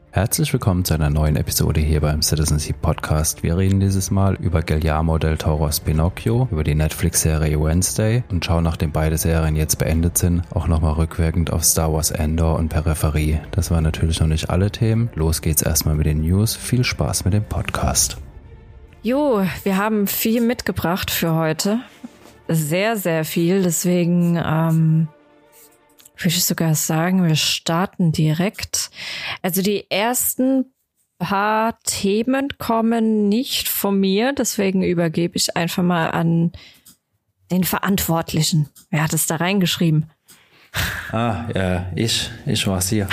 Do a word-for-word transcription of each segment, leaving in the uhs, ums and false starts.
Herzlich willkommen zu einer neuen Episode hier beim Citizenship Podcast. Wir reden dieses Mal über Guillermo del Toros Pinocchio, über die Netflix-Serie Wednesday und schauen, nachdem beide Serien jetzt beendet sind, auch nochmal rückwirkend auf Star Wars Andor und Peripherie. Das waren natürlich noch nicht alle Themen. Los geht's erstmal mit den News. Viel Spaß mit dem Podcast. Jo, wir haben viel mitgebracht für heute. Sehr, sehr viel. Deswegen ähm, würde ich sogar sagen, wir starten direkt. Also die ersten paar Themen kommen nicht von mir. Deswegen übergebe ich einfach mal an den Verantwortlichen. Wer hat es da reingeschrieben? Ah, ja, ich, ich war's hier.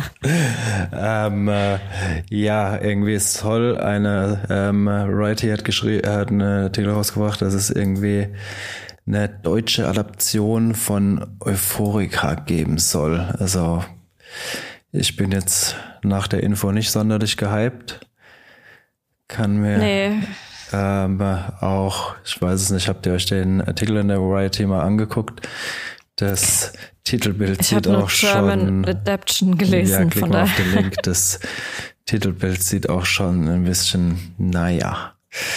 ähm, äh, ja, irgendwie ist toll. Eine ähm, Writer hat geschrieben, hat einen Artikel rausgebracht, dass es irgendwie eine deutsche Adaption von Euphorika geben soll. Also ich bin jetzt nach der Info nicht sonderlich gehypt. Kann mir nee. ähm, auch, ich weiß es nicht, habt ihr euch den Artikel in der Variety mal angeguckt? Das Titelbild ich sieht auch schon... Ich habe German Adaption gelesen. Ja, klick von mal daher. auf den Link. Das Titelbild sieht auch schon ein bisschen, naja.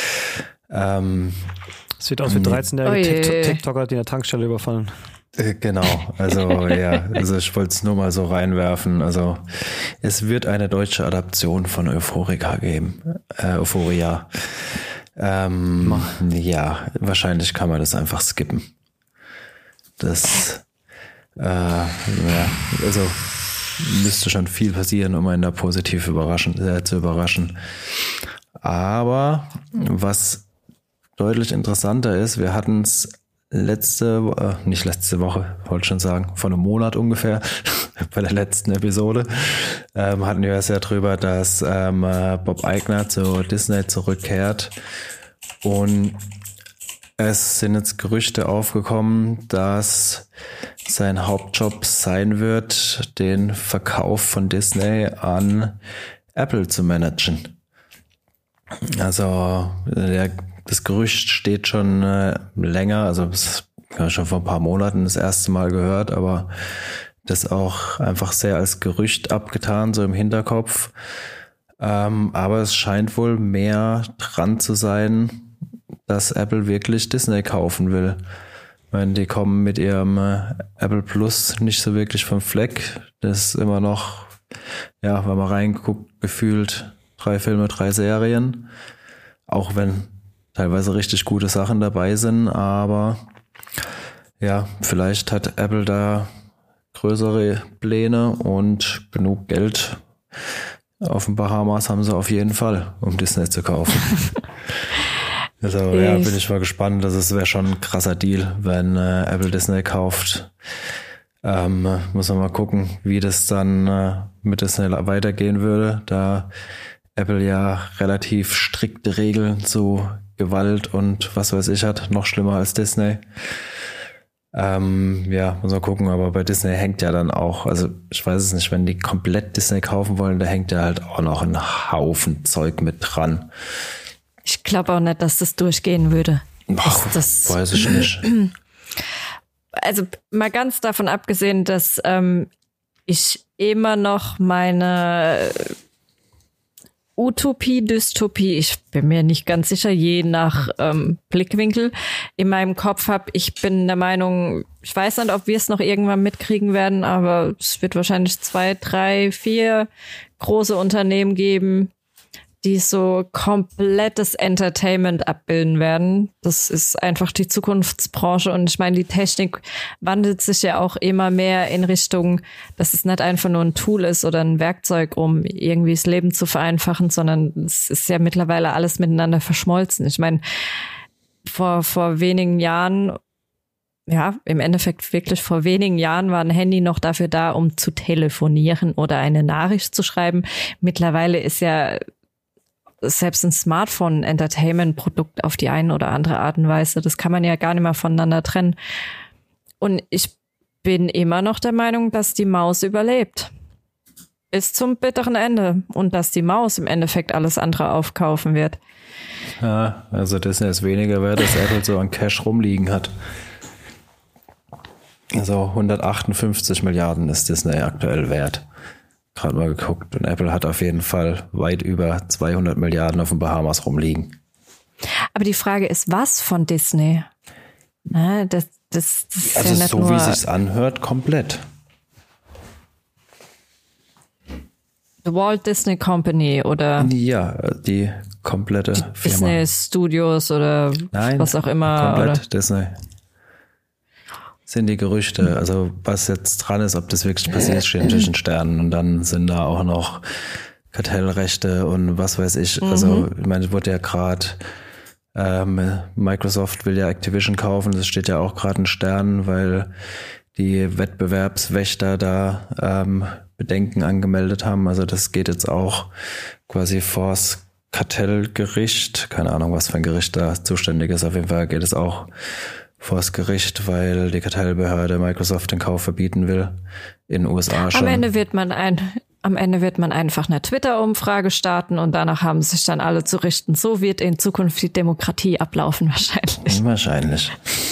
Ähm, Sieht aus wie dreizehnjährige Oh je. TikToker, die in der Tankstelle überfallen. äh, genau, also ja, also ich wollte es nur mal so reinwerfen. Also es wird eine deutsche Adaption von Euphorika geben. Äh, Euphoria. Ähm, ja, wahrscheinlich kann man das einfach skippen. Das, äh, ja, also müsste schon viel passieren, um einen da positiv überraschen, äh, zu überraschen. Aber was deutlich interessanter ist, wir hatten es letzte, äh, nicht letzte Woche, wollte schon sagen, vor einem Monat ungefähr, bei der letzten Episode, ähm, hatten wir es ja drüber, dass ähm, Bob Iger zu Disney zurückkehrt und es sind jetzt Gerüchte aufgekommen, dass sein Hauptjob sein wird, den Verkauf von Disney an Apple zu managen. Also der, das Gerücht steht schon äh, länger, also das habe ich schon vor ein paar Monaten das erste Mal gehört, aber das auch einfach sehr als Gerücht abgetan, so im Hinterkopf. Ähm, aber es scheint wohl mehr dran zu sein, dass Apple wirklich Disney kaufen will. Ich meine, die kommen mit ihrem äh, Apple Plus nicht so wirklich vom Fleck. Das ist immer noch, ja, wenn man reinguckt, gefühlt drei Filme, drei Serien. Auch wenn teilweise richtig gute Sachen dabei sind, aber ja, vielleicht hat Apple da größere Pläne und genug Geld. Auf den Bahamas haben sie auf jeden Fall, um Disney zu kaufen. Also ich. ja, bin ich mal gespannt. Das ist, wäre schon ein krasser Deal, wenn äh, Apple Disney kauft. Ähm, muss man mal gucken, wie das dann äh, mit Disney weitergehen würde, da Apple ja relativ strikte Regeln zu Gewalt und was weiß ich hat, noch schlimmer als Disney. Ähm, ja, muss man gucken, aber bei Disney hängt ja dann auch, also ich weiß es nicht, wenn die komplett Disney kaufen wollen, da hängt ja halt auch noch ein Haufen Zeug mit dran. Ich glaube auch nicht, dass das durchgehen würde. Boah, das, weiß ich nicht. Also mal ganz davon abgesehen, dass ähm, ich immer noch meine Utopie, Dystopie, ich bin mir nicht ganz sicher, je nach ähm, Blickwinkel in meinem Kopf habe. Ich bin der Meinung, ich weiß nicht, ob wir es noch irgendwann mitkriegen werden, aber es wird wahrscheinlich zwei, drei, vier große Unternehmen geben, die so komplettes Entertainment abbilden werden. Das ist einfach die Zukunftsbranche und ich meine, die Technik wandelt sich ja auch immer mehr in Richtung, dass es nicht einfach nur ein Tool ist oder ein Werkzeug, um irgendwie das Leben zu vereinfachen, sondern es ist ja mittlerweile alles miteinander verschmolzen. Ich meine, vor, vor wenigen Jahren, ja, im Endeffekt wirklich vor wenigen Jahren war ein Handy noch dafür da, um zu telefonieren oder eine Nachricht zu schreiben. Mittlerweile ist ja selbst ein Smartphone ein Entertainment-Produkt auf die eine oder andere Art und Weise. Das kann man ja gar nicht mehr voneinander trennen. Und ich bin immer noch der Meinung, dass die Maus überlebt. Bis zum bitteren Ende. Und dass die Maus im Endeffekt alles andere aufkaufen wird. Ja, also das ist weniger wert, dass Apple so an Cash rumliegen hat. Also hundertachtundfünfzig Milliarden ist Disney aktuell wert. gerade mal geguckt und Apple hat auf jeden Fall weit über zweihundert Milliarden auf den Bahamas rumliegen. Aber die Frage ist, was von Disney? Na, das, das, das ist also ja nicht so nur wie sich's anhört, komplett. The Walt Disney Company oder Ja, die komplette die Firma. Disney Studios oder Nein, was auch immer. komplett Oder? Disney. Sind die Gerüchte, also was jetzt dran ist, ob das wirklich passiert, steht zwischen Sternen und dann sind da auch noch Kartellrechte und was weiß ich. Mhm. Also ich meine, es wurde ja gerade ähm, Microsoft will ja Activision kaufen, das steht ja auch gerade in Sternen, weil die Wettbewerbswächter da ähm, Bedenken angemeldet haben. Also das geht jetzt auch quasi vors Kartellgericht. Keine Ahnung, was für ein Gericht da zuständig ist. Auf jeden Fall geht es auch vors Gericht, weil die Kartellbehörde Microsoft den Kauf verbieten will. In den U S A schon. Am Ende wird man ein, am Ende wird man einfach eine Twitter-Umfrage starten und danach haben sich dann alle zu richten. So wird in Zukunft die Demokratie ablaufen wahrscheinlich. Wahrscheinlich.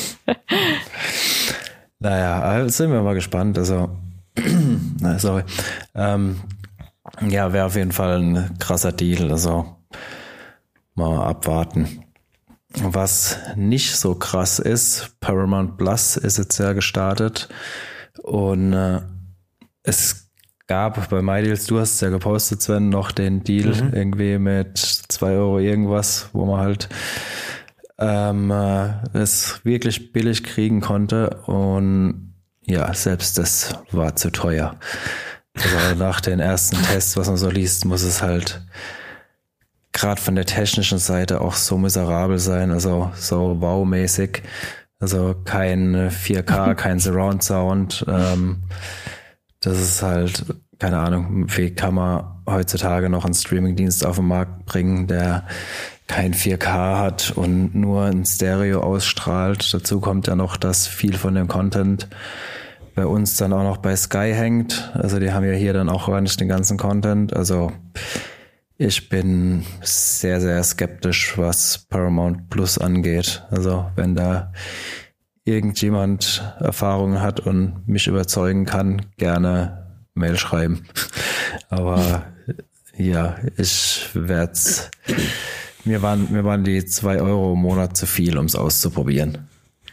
Naja, also sind wir mal gespannt. Also, na, sorry. Ähm, ja, wäre auf jeden Fall ein krasser Deal. Also, mal abwarten. Was nicht so krass ist, Paramount Plus ist jetzt ja gestartet und äh, es gab bei MyDeals, du hast es ja gepostet, Sven, noch den Deal mhm. irgendwie mit zwei Euro irgendwas, wo man halt ähm, äh, es wirklich billig kriegen konnte und ja, selbst das war zu teuer. Also nach den ersten Tests, was man so liest, muss es halt gerade von der technischen Seite auch so miserabel sein, also so wow-mäßig, also kein vier K, kein Surround Sound, ähm, das ist halt, keine Ahnung, wie kann man heutzutage noch einen Streamingdienst auf den Markt bringen, der kein vier K hat und nur ein Stereo ausstrahlt. Dazu kommt ja noch, dass viel von dem Content bei uns dann auch noch bei Sky hängt, also die haben ja hier dann auch gar nicht den ganzen Content, also ich bin sehr, sehr skeptisch, was Paramount Plus angeht. Also wenn da irgendjemand Erfahrung hat und mich überzeugen kann, gerne Mail schreiben. Aber ja, ich werde es, mir waren, mir waren die zwei Euro im Monat zu viel, um es auszuprobieren.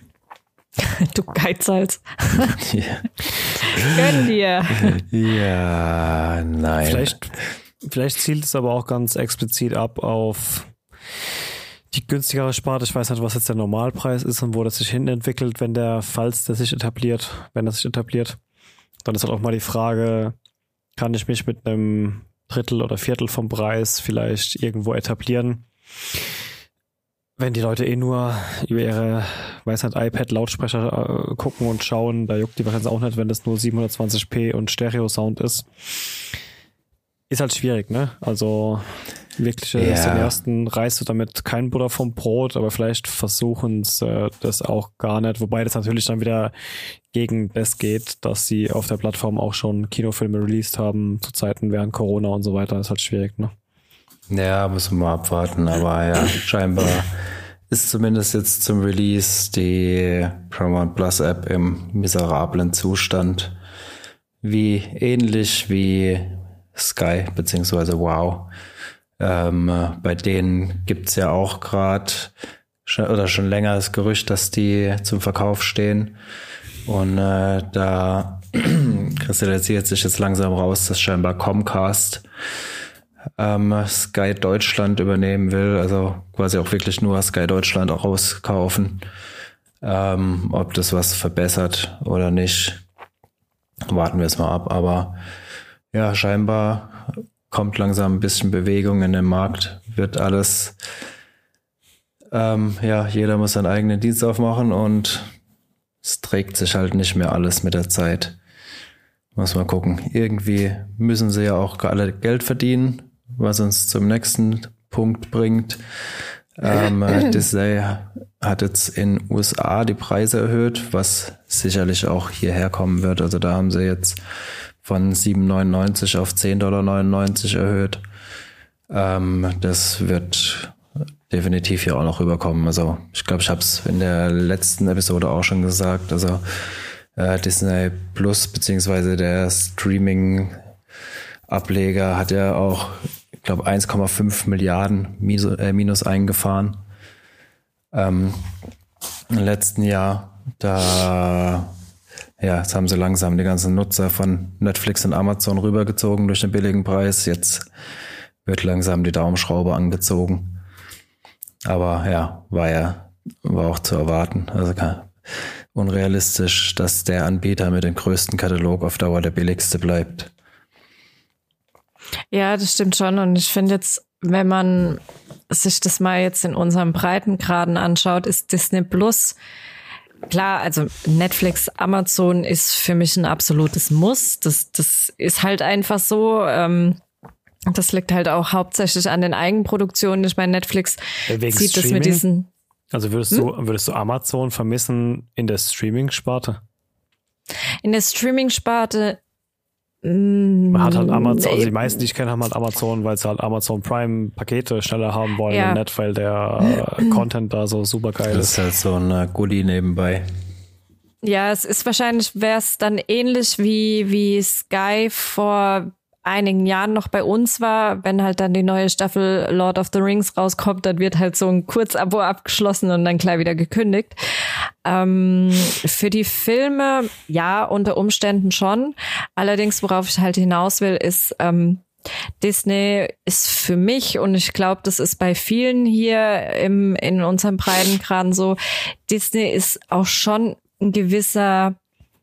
Du Geizhals. Ja. Gönn dir. Ja, nein. Vielleicht Vielleicht zielt es aber auch ganz explizit ab auf die günstigere Sparte. Ich weiß nicht, was jetzt der Normalpreis ist und wo das sich hin entwickelt, wenn der, falls der sich etabliert, wenn das sich etabliert. Dann ist halt auch mal die Frage, kann ich mich mit einem Drittel oder Viertel vom Preis vielleicht irgendwo etablieren? Wenn die Leute eh nur über ihre, weiß nicht, iPad-Lautsprecher äh, gucken und schauen, da juckt die wahrscheinlich auch nicht, wenn das nur siebenhundertzwanzig p und Stereo-Sound ist. Ist halt schwierig, ne? Also wirklich yeah. Zum ersten reißt du damit kein Butter vom Brot, aber vielleicht versuchen sie äh, das auch gar nicht, wobei das natürlich dann wieder gegen das geht, dass sie auf der Plattform auch schon Kinofilme released haben, zu Zeiten während Corona und so weiter. Ist halt schwierig, ne? Ja, müssen wir mal abwarten, aber ja, scheinbar ist zumindest jetzt zum Release die Paramount Plus App im miserablen Zustand, wie ähnlich wie Sky beziehungsweise Wow. Ähm, bei denen gibt's ja auch gerade oder schon länger das Gerücht, dass die zum Verkauf stehen. Und äh, da kristallisiert sich jetzt langsam raus, dass scheinbar Comcast ähm, Sky Deutschland übernehmen will. Also quasi auch wirklich nur Sky Deutschland auch rauskaufen. Ähm, ob das was verbessert oder nicht, warten wir es mal ab. Aber ja, scheinbar kommt langsam ein bisschen Bewegung in den Markt, wird alles, ähm, ja, jeder muss seinen eigenen Dienst aufmachen und es trägt sich halt nicht mehr alles mit der Zeit. Muss mal gucken. Irgendwie müssen sie ja auch alle Geld verdienen, was uns zum nächsten Punkt bringt. Ähm, Disney hat jetzt in den U S A die Preise erhöht, was sicherlich auch hierher kommen wird. Also da haben sie jetzt von sieben neunundneunzig auf zehn neunundneunzig erhöht. Ähm, das wird definitiv hier auch noch rüberkommen. Also ich glaube, ich habe es in der letzten Episode auch schon gesagt. Also äh, Disney Plus beziehungsweise der Streaming Ableger hat ja auch, ich glaube, eins Komma fünf Milliarden Minus, äh, Minus eingefahren ähm, im letzten Jahr. Da, ja, jetzt haben sie langsam die ganzen Nutzer von Netflix und Amazon rübergezogen durch den billigen Preis. Jetzt wird langsam die Daumenschraube angezogen. Aber ja, war ja, war auch zu erwarten. Also unrealistisch, dass der Anbieter mit dem größten Katalog auf Dauer der billigste bleibt. Ja, das stimmt schon. Und ich finde jetzt, wenn man sich das mal jetzt in unserem Breitengraden anschaut, ist Disney Plus, klar, also Netflix, Amazon ist für mich ein absolutes Muss. Das, das ist halt einfach so. Ähm, das liegt halt auch hauptsächlich an den Eigenproduktionen. Ich meine, Netflix Wegen sieht Streaming? das mit diesen... Also würdest, hm? du, würdest du Amazon vermissen in der Streaming-Sparte? In der Streaming-Sparte Man hat halt Amazon, also die meisten, die ich kenne, haben halt Amazon, weil sie halt Amazon Prime Pakete schneller haben wollen ja. und nicht, weil der äh, Content da so super geil ist. Das ist halt so ein Goodie nebenbei. Ja, es ist wahrscheinlich, wäre es dann ähnlich wie, wie Sky vor einigen Jahren noch bei uns war, wenn halt dann die neue Staffel Lord of the Rings rauskommt, dann wird halt so ein Kurzabo abgeschlossen und dann gleich wieder gekündigt. Ähm, für die Filme, ja, unter Umständen schon. Allerdings, worauf ich halt hinaus will, ist, ähm, Disney ist für mich, und ich glaube, das ist bei vielen hier im, in unserem Breitengraden so, Disney ist auch schon ein gewisser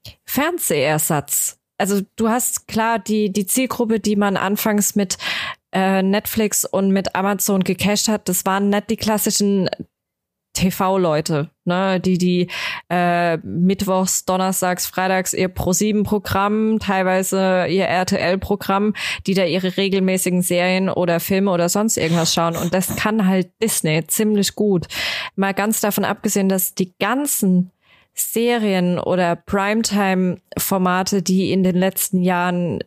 Fernsehersatz. Also du hast klar die die Zielgruppe, die man anfangs mit äh, Netflix und mit Amazon gecached hat, das waren nicht die klassischen T V-Leute, ne, die die äh, mittwochs, donnerstags, freitags ihr Pro sieben Programm, teilweise ihr R T L-Programm, die da ihre regelmäßigen Serien oder Filme oder sonst irgendwas schauen. Und das kann halt Disney ziemlich gut. Mal ganz davon abgesehen, dass die ganzen Serien oder Primetime-Formate, die in den letzten Jahren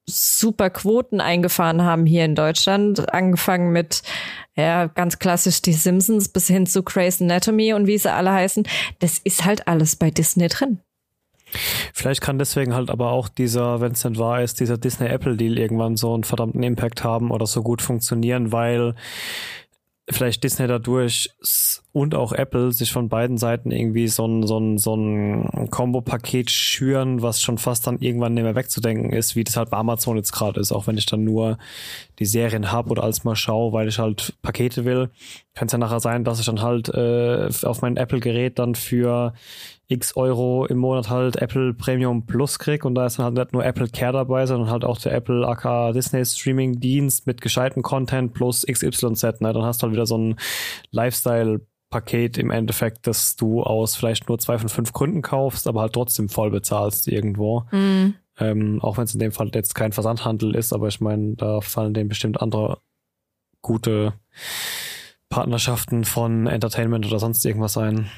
super Quoten eingefahren haben hier in Deutschland, angefangen mit, ja, ganz klassisch die Simpsons bis hin zu Grey's Anatomy und wie sie alle heißen, das ist halt alles bei Disney drin. Vielleicht kann deswegen halt aber auch dieser, wenn es denn wahr ist, dieser Disney-Apple-Deal irgendwann so einen verdammten Impact haben oder so gut funktionieren, weil vielleicht Disney dadurch und auch Apple sich von beiden Seiten irgendwie so ein, so ein, so ein Kombo-Paket schüren, was schon fast dann irgendwann nicht mehr wegzudenken ist, wie das halt bei Amazon jetzt gerade ist. Auch wenn ich dann nur die Serien hab oder alles mal schaue, weil ich halt Pakete will, kann es ja nachher sein, dass ich dann halt äh, auf mein Apple-Gerät dann für x Euro im Monat halt Apple Premium Plus krieg und da ist dann halt nicht nur Apple Care dabei, sondern halt auch der Apple aka Disney Streaming Dienst mit gescheitem Content plus X Y Z, ne? Dann hast du halt wieder so ein Lifestyle-Paket im Endeffekt, das du aus vielleicht nur zwei von fünf Gründen kaufst, aber halt trotzdem voll bezahlst irgendwo. Mhm. Ähm, auch wenn es in dem Fall jetzt kein Versandhandel ist, aber ich meine, da fallen denen bestimmt andere gute Partnerschaften von Entertainment oder sonst irgendwas ein.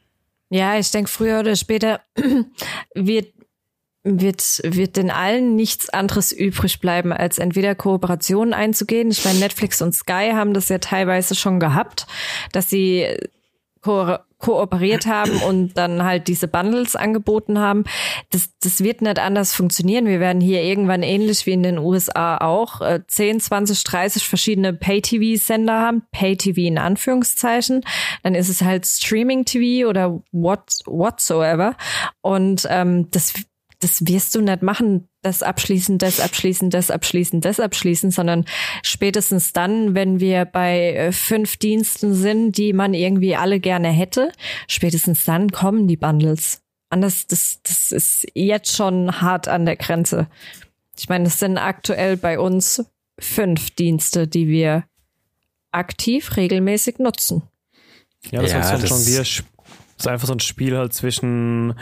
Ja, ich denke, früher oder später wird, wird, wird den allen nichts anderes übrig bleiben, als entweder Kooperationen einzugehen. Ich meine, Netflix und Sky haben das ja teilweise schon gehabt, dass sie ko- kooperiert haben und dann halt diese Bundles angeboten haben. Das, das wird nicht anders funktionieren. Wir werden hier irgendwann ähnlich wie in den U S A auch äh, zehn, zwanzig, dreißig verschiedene Pay-T V-Sender haben. Pay-T V in Anführungszeichen. Dann ist es halt Streaming-T V oder what, whatsoever. Und ähm, das das wirst du nicht machen, das abschließen, das abschließen, das abschließen, das abschließen, sondern spätestens dann, wenn wir bei fünf Diensten sind, die man irgendwie alle gerne hätte, spätestens dann kommen die Bundles. Anders, das, das ist jetzt schon hart an der Grenze. Ich meine, es sind aktuell bei uns fünf Dienste, die wir aktiv regelmäßig nutzen. Ja, das ja, ist so ein das Jonglier, das ist einfach so ein Spiel halt zwischen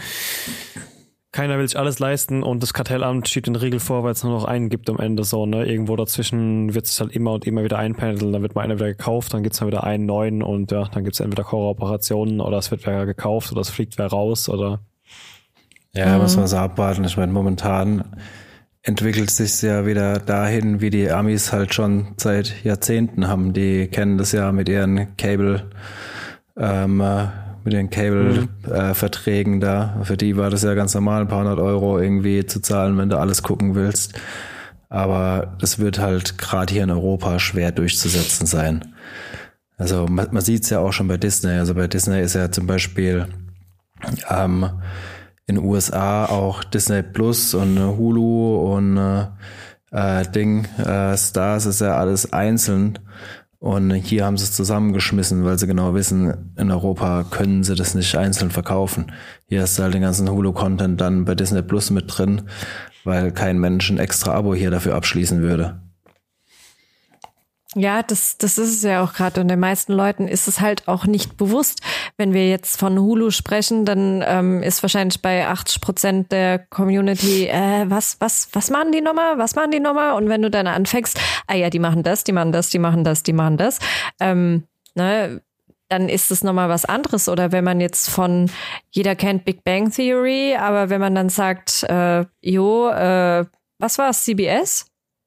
keiner will sich alles leisten und das Kartellamt schiebt den Riegel vor, weil es nur noch einen gibt am Ende so, ne? Irgendwo dazwischen wird es halt immer und immer wieder einpendeln, dann wird mal einer wieder gekauft, dann gibt's mal wieder einen neuen und ja, dann gibt's entweder Kooperationen oder es wird wer gekauft oder es fliegt wer raus oder ja, mhm. muss man so abwarten. Ich meine, momentan entwickelt sich ja wieder dahin, wie die Amis halt schon seit Jahrzehnten haben. Die kennen das ja mit ihren Cable ähm, mit den Cable-Verträgen mhm. äh, da. Für die war das ja ganz normal, ein paar hundert Euro irgendwie zu zahlen, wenn du alles gucken willst. aber es wird halt gerade hier in Europa schwer durchzusetzen sein. Also man, man sieht es ja auch schon bei Disney. Also bei Disney ist ja zum Beispiel ähm, in den U S A auch Disney Plus und Hulu und äh, Ding, äh, Stars ist ja alles einzeln. Und hier haben sie es zusammengeschmissen, weil sie genau wissen, in Europa können sie das nicht einzeln verkaufen. Hier hast du halt den ganzen Hulu-Content dann bei Disney Plus mit drin, weil kein Mensch ein extra Abo hier dafür abschließen würde. Ja, das, das ist es ja auch gerade. Und den meisten Leuten ist es halt auch nicht bewusst. Wenn wir jetzt von Hulu sprechen, dann ähm, ist wahrscheinlich bei achtzig Prozent der Community, äh, was, was, was machen die nochmal? Was machen die nochmal? Und wenn du dann anfängst, ah ja, die machen das, die machen das, die machen das, die machen das, ähm, ne, dann ist es nochmal was anderes. Oder wenn man jetzt von, jeder kennt Big Bang Theory, aber wenn man dann sagt, äh, jo, äh, was war es, C B S?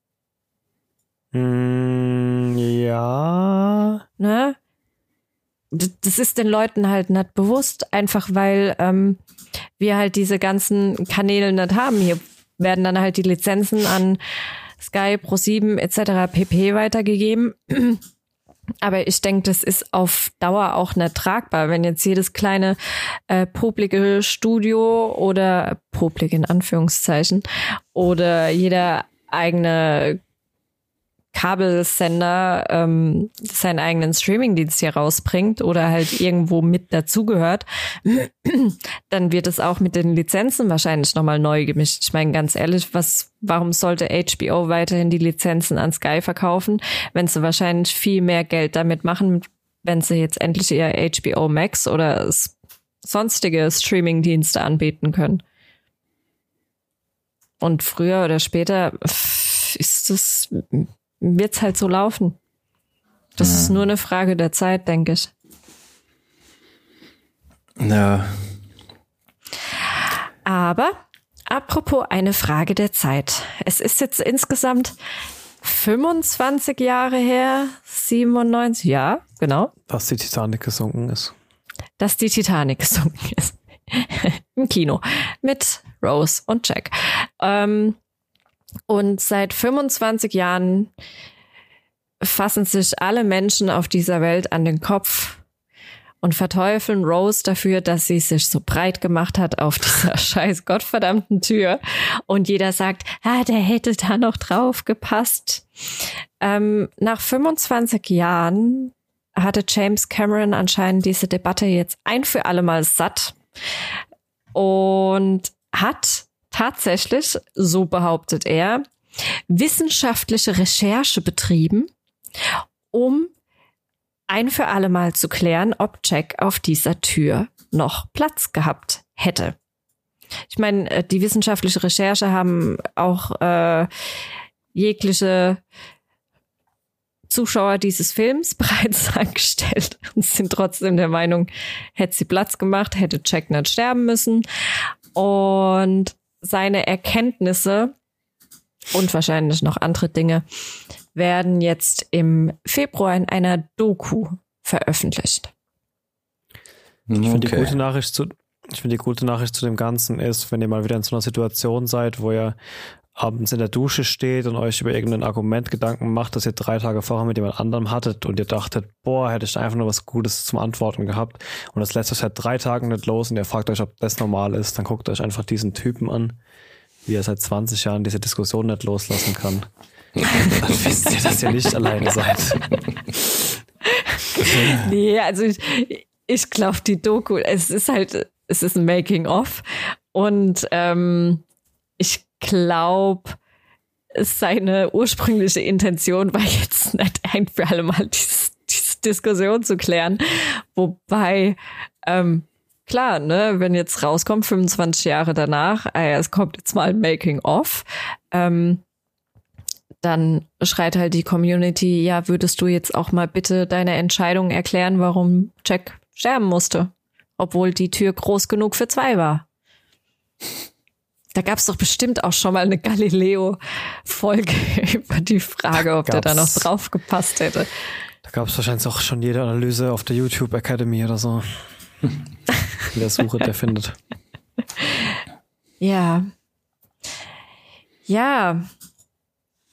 Mm, ja. Ne? Das ist den Leuten halt nicht bewusst, einfach weil ähm, wir halt diese ganzen Kanäle nicht haben. Hier werden dann halt die Lizenzen an Sky, ProSieben et cetera pp. Weitergegeben. Aber ich denke, das ist auf Dauer auch nicht tragbar, wenn jetzt jedes kleine äh, publike Studio oder publik in Anführungszeichen oder jeder eigene Kabelsender ähm, seinen eigenen Streamingdienst hier rausbringt oder halt irgendwo mit dazugehört, dann wird es auch mit den Lizenzen wahrscheinlich nochmal neu gemischt. Ich meine, ganz ehrlich, was, warum sollte H B O weiterhin die Lizenzen an Sky verkaufen, wenn sie wahrscheinlich viel mehr Geld damit machen, wenn sie jetzt endlich ihr H B O Max oder sonstige Streamingdienste anbieten können. Und früher oder später ist es wird's halt so laufen. Das ja. ist nur eine Frage der Zeit, denke ich. Ja. Aber apropos eine Frage der Zeit. Es ist jetzt insgesamt fünfundzwanzig Jahre her, siebenundneunzig, ja, genau. Dass die Titanic gesunken ist. Dass die Titanic gesunken ist. Im Kino. Mit Rose und Jack. Ähm, Und seit fünfundzwanzig Jahren fassen sich alle Menschen auf dieser Welt an den Kopf und verteufeln Rose dafür, dass sie sich so breit gemacht hat auf dieser scheiß gottverdammten Tür. Und jeder sagt, ah, der hätte da noch drauf gepasst. Ähm, nach fünfundzwanzig Jahren hatte James Cameron anscheinend diese Debatte jetzt ein für alle Mal satt und hat tatsächlich, so behauptet er, wissenschaftliche Recherche betrieben, um ein für alle Mal zu klären, ob Jack auf dieser Tür noch Platz gehabt hätte. Ich meine, die wissenschaftliche Recherche haben auch äh, jegliche Zuschauer dieses Films bereits angestellt und sind trotzdem der Meinung, hätte sie Platz gemacht, hätte Jack nicht sterben müssen. Und seine Erkenntnisse und wahrscheinlich noch andere Dinge werden jetzt im Februar in einer Doku veröffentlicht. Ich finde Okay. die gute Nachricht zu, ich finde die gute Nachricht zu dem Ganzen ist, wenn ihr mal wieder in so einer Situation seid, wo ihr abends in der Dusche steht und euch über irgendein Argument Gedanken macht, das ihr drei Tage vorher mit jemand anderem hattet und ihr dachtet, boah, hätte ich einfach nur was Gutes zum Antworten gehabt und das lässt euch seit drei Tagen nicht los und ihr fragt euch, ob das normal ist, dann guckt euch einfach diesen Typen an, wie er seit zwanzig Jahren diese Diskussion nicht loslassen kann. Dann wisst ihr, dass ihr nicht alleine seid. Nee, also ich, ich glaube, die Doku, es ist halt, es ist ein Making-of und ähm, ich glaube, seine ursprüngliche Intention war jetzt nicht ein für alle Mal diese, diese Diskussion zu klären. Wobei, ähm, klar, ne, wenn jetzt rauskommt, fünfundzwanzig Jahre danach, äh, es kommt jetzt mal ein Making-of, ähm, dann schreit halt die Community, ja, würdest du jetzt auch mal bitte deine Entscheidung erklären, warum Jack sterben musste, obwohl die Tür groß genug für zwei war. Da gab es doch bestimmt auch schon mal eine Galileo-Folge über die Frage, ob Gab's. der da noch drauf gepasst hätte. Da gab es wahrscheinlich auch schon jede Analyse auf der YouTube Academy oder so. In der Suche, der findet. Ja. Ja.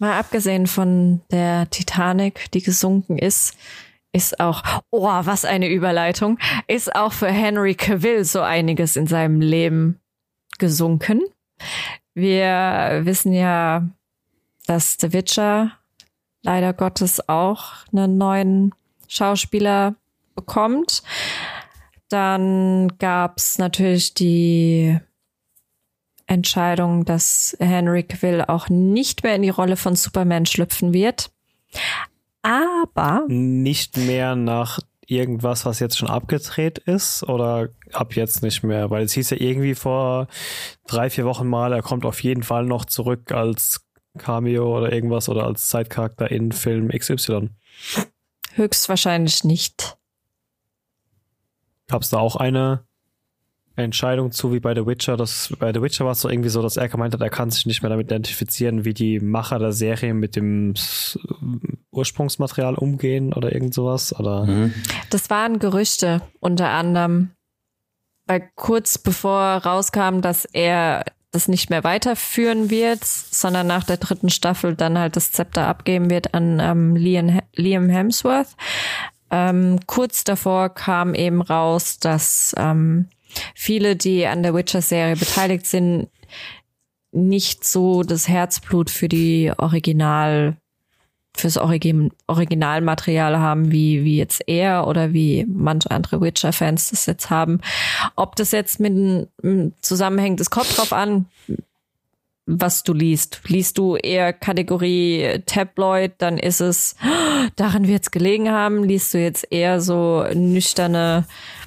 mal abgesehen von der Titanic, die gesunken ist, ist auch, oh, was eine Überleitung, ist auch für Henry Cavill so einiges in seinem Leben gesunken. Wir wissen ja, dass The Witcher leider Gottes auch einen neuen Schauspieler bekommt. Dann gab's natürlich die Entscheidung, dass Henry Cavill auch nicht mehr in die Rolle von Superman schlüpfen wird. Aber nicht mehr nach irgendwas, was jetzt schon abgedreht ist, oder ab jetzt nicht mehr? Weil es hieß ja irgendwie vor drei, vier Wochen mal, er kommt auf jeden Fall noch zurück als Cameo oder irgendwas oder als Zeitcharakter in Film X Y. Höchstwahrscheinlich nicht. Gab es da auch eine Entscheidung zu, wie bei The Witcher? Das, bei The Witcher war es so irgendwie so, dass er gemeint hat, er kann sich nicht mehr damit identifizieren, wie die Macher der Serie mit dem Ursprungsmaterial umgehen oder irgend sowas, oder? Mhm. Das waren Gerüchte, unter anderem. Weil kurz bevor rauskam, dass er das nicht mehr weiterführen wird, sondern nach der dritten Staffel dann halt das Zepter abgeben wird an ähm, Liam, Liam Hemsworth. Ähm, kurz davor kam eben raus, dass ähm, viele, die an der Witcher-Serie beteiligt sind, nicht so das Herzblut für die Original, fürs Origi- Originalmaterial haben, wie, wie jetzt er oder wie manche andere Witcher-Fans das jetzt haben. Ob das jetzt mit m, zusammenhängt, es kommt drauf an, was du liest. Liest du eher Kategorie Tabloid, dann ist es, daran wird es gelegen haben. Liest du jetzt eher so nüchterne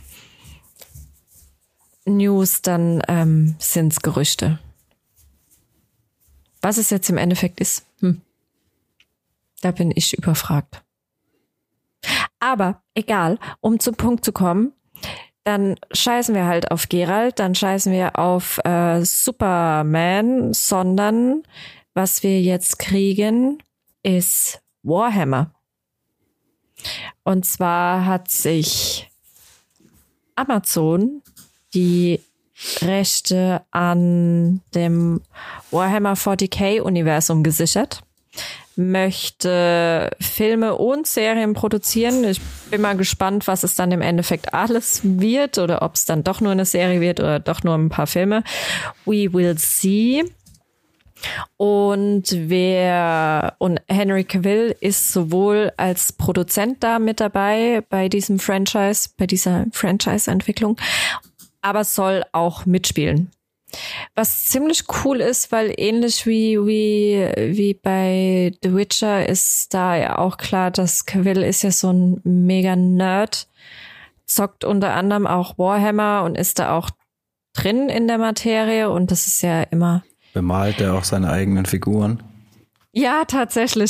News, dann ähm, sind es Gerüchte. Was es jetzt im Endeffekt ist, hm. Da bin ich überfragt. Aber egal, um zum Punkt zu kommen, dann scheißen wir halt auf Geralt, dann scheißen wir auf äh, Superman, sondern was wir jetzt kriegen, ist Warhammer. Und zwar hat sich Amazon die Rechte an dem Warhammer forty K-Universum gesichert, möchte Filme und Serien produzieren. Ich bin mal gespannt, was es dann im Endeffekt alles wird oder ob es dann doch nur eine Serie wird oder doch nur ein paar Filme. We will see. Und wer und Henry Cavill ist sowohl als Produzent da mit dabei bei diesem Franchise, bei dieser Franchise-Entwicklung, aber soll auch mitspielen. Was ziemlich cool ist, weil ähnlich wie, wie, wie bei The Witcher ist da ja auch klar, dass Cavill ist ja so ein mega Nerd, zockt unter anderem auch Warhammer und ist da auch drin in der Materie und das ist ja immer... Bemalt er auch seine eigenen Figuren? Ja, tatsächlich.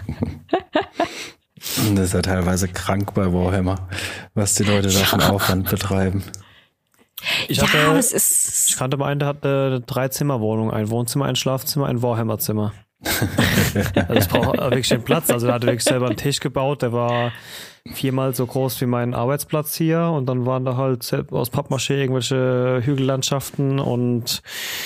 Und das ist ja teilweise krank bei Warhammer, was die Leute da für einen Aufwand betreiben. Ich, ja, hatte, es ist ich kannte mal einen, der hatte eine Drei-Zimmer-Wohnung, ein Wohnzimmer, ein Schlafzimmer, ein Warhammer-Zimmer. Also es braucht wirklich den Platz. Also er hatte wirklich selber einen Tisch gebaut, der war viermal so groß wie mein Arbeitsplatz hier und dann waren da halt aus Pappmaché irgendwelche Hügellandschaften und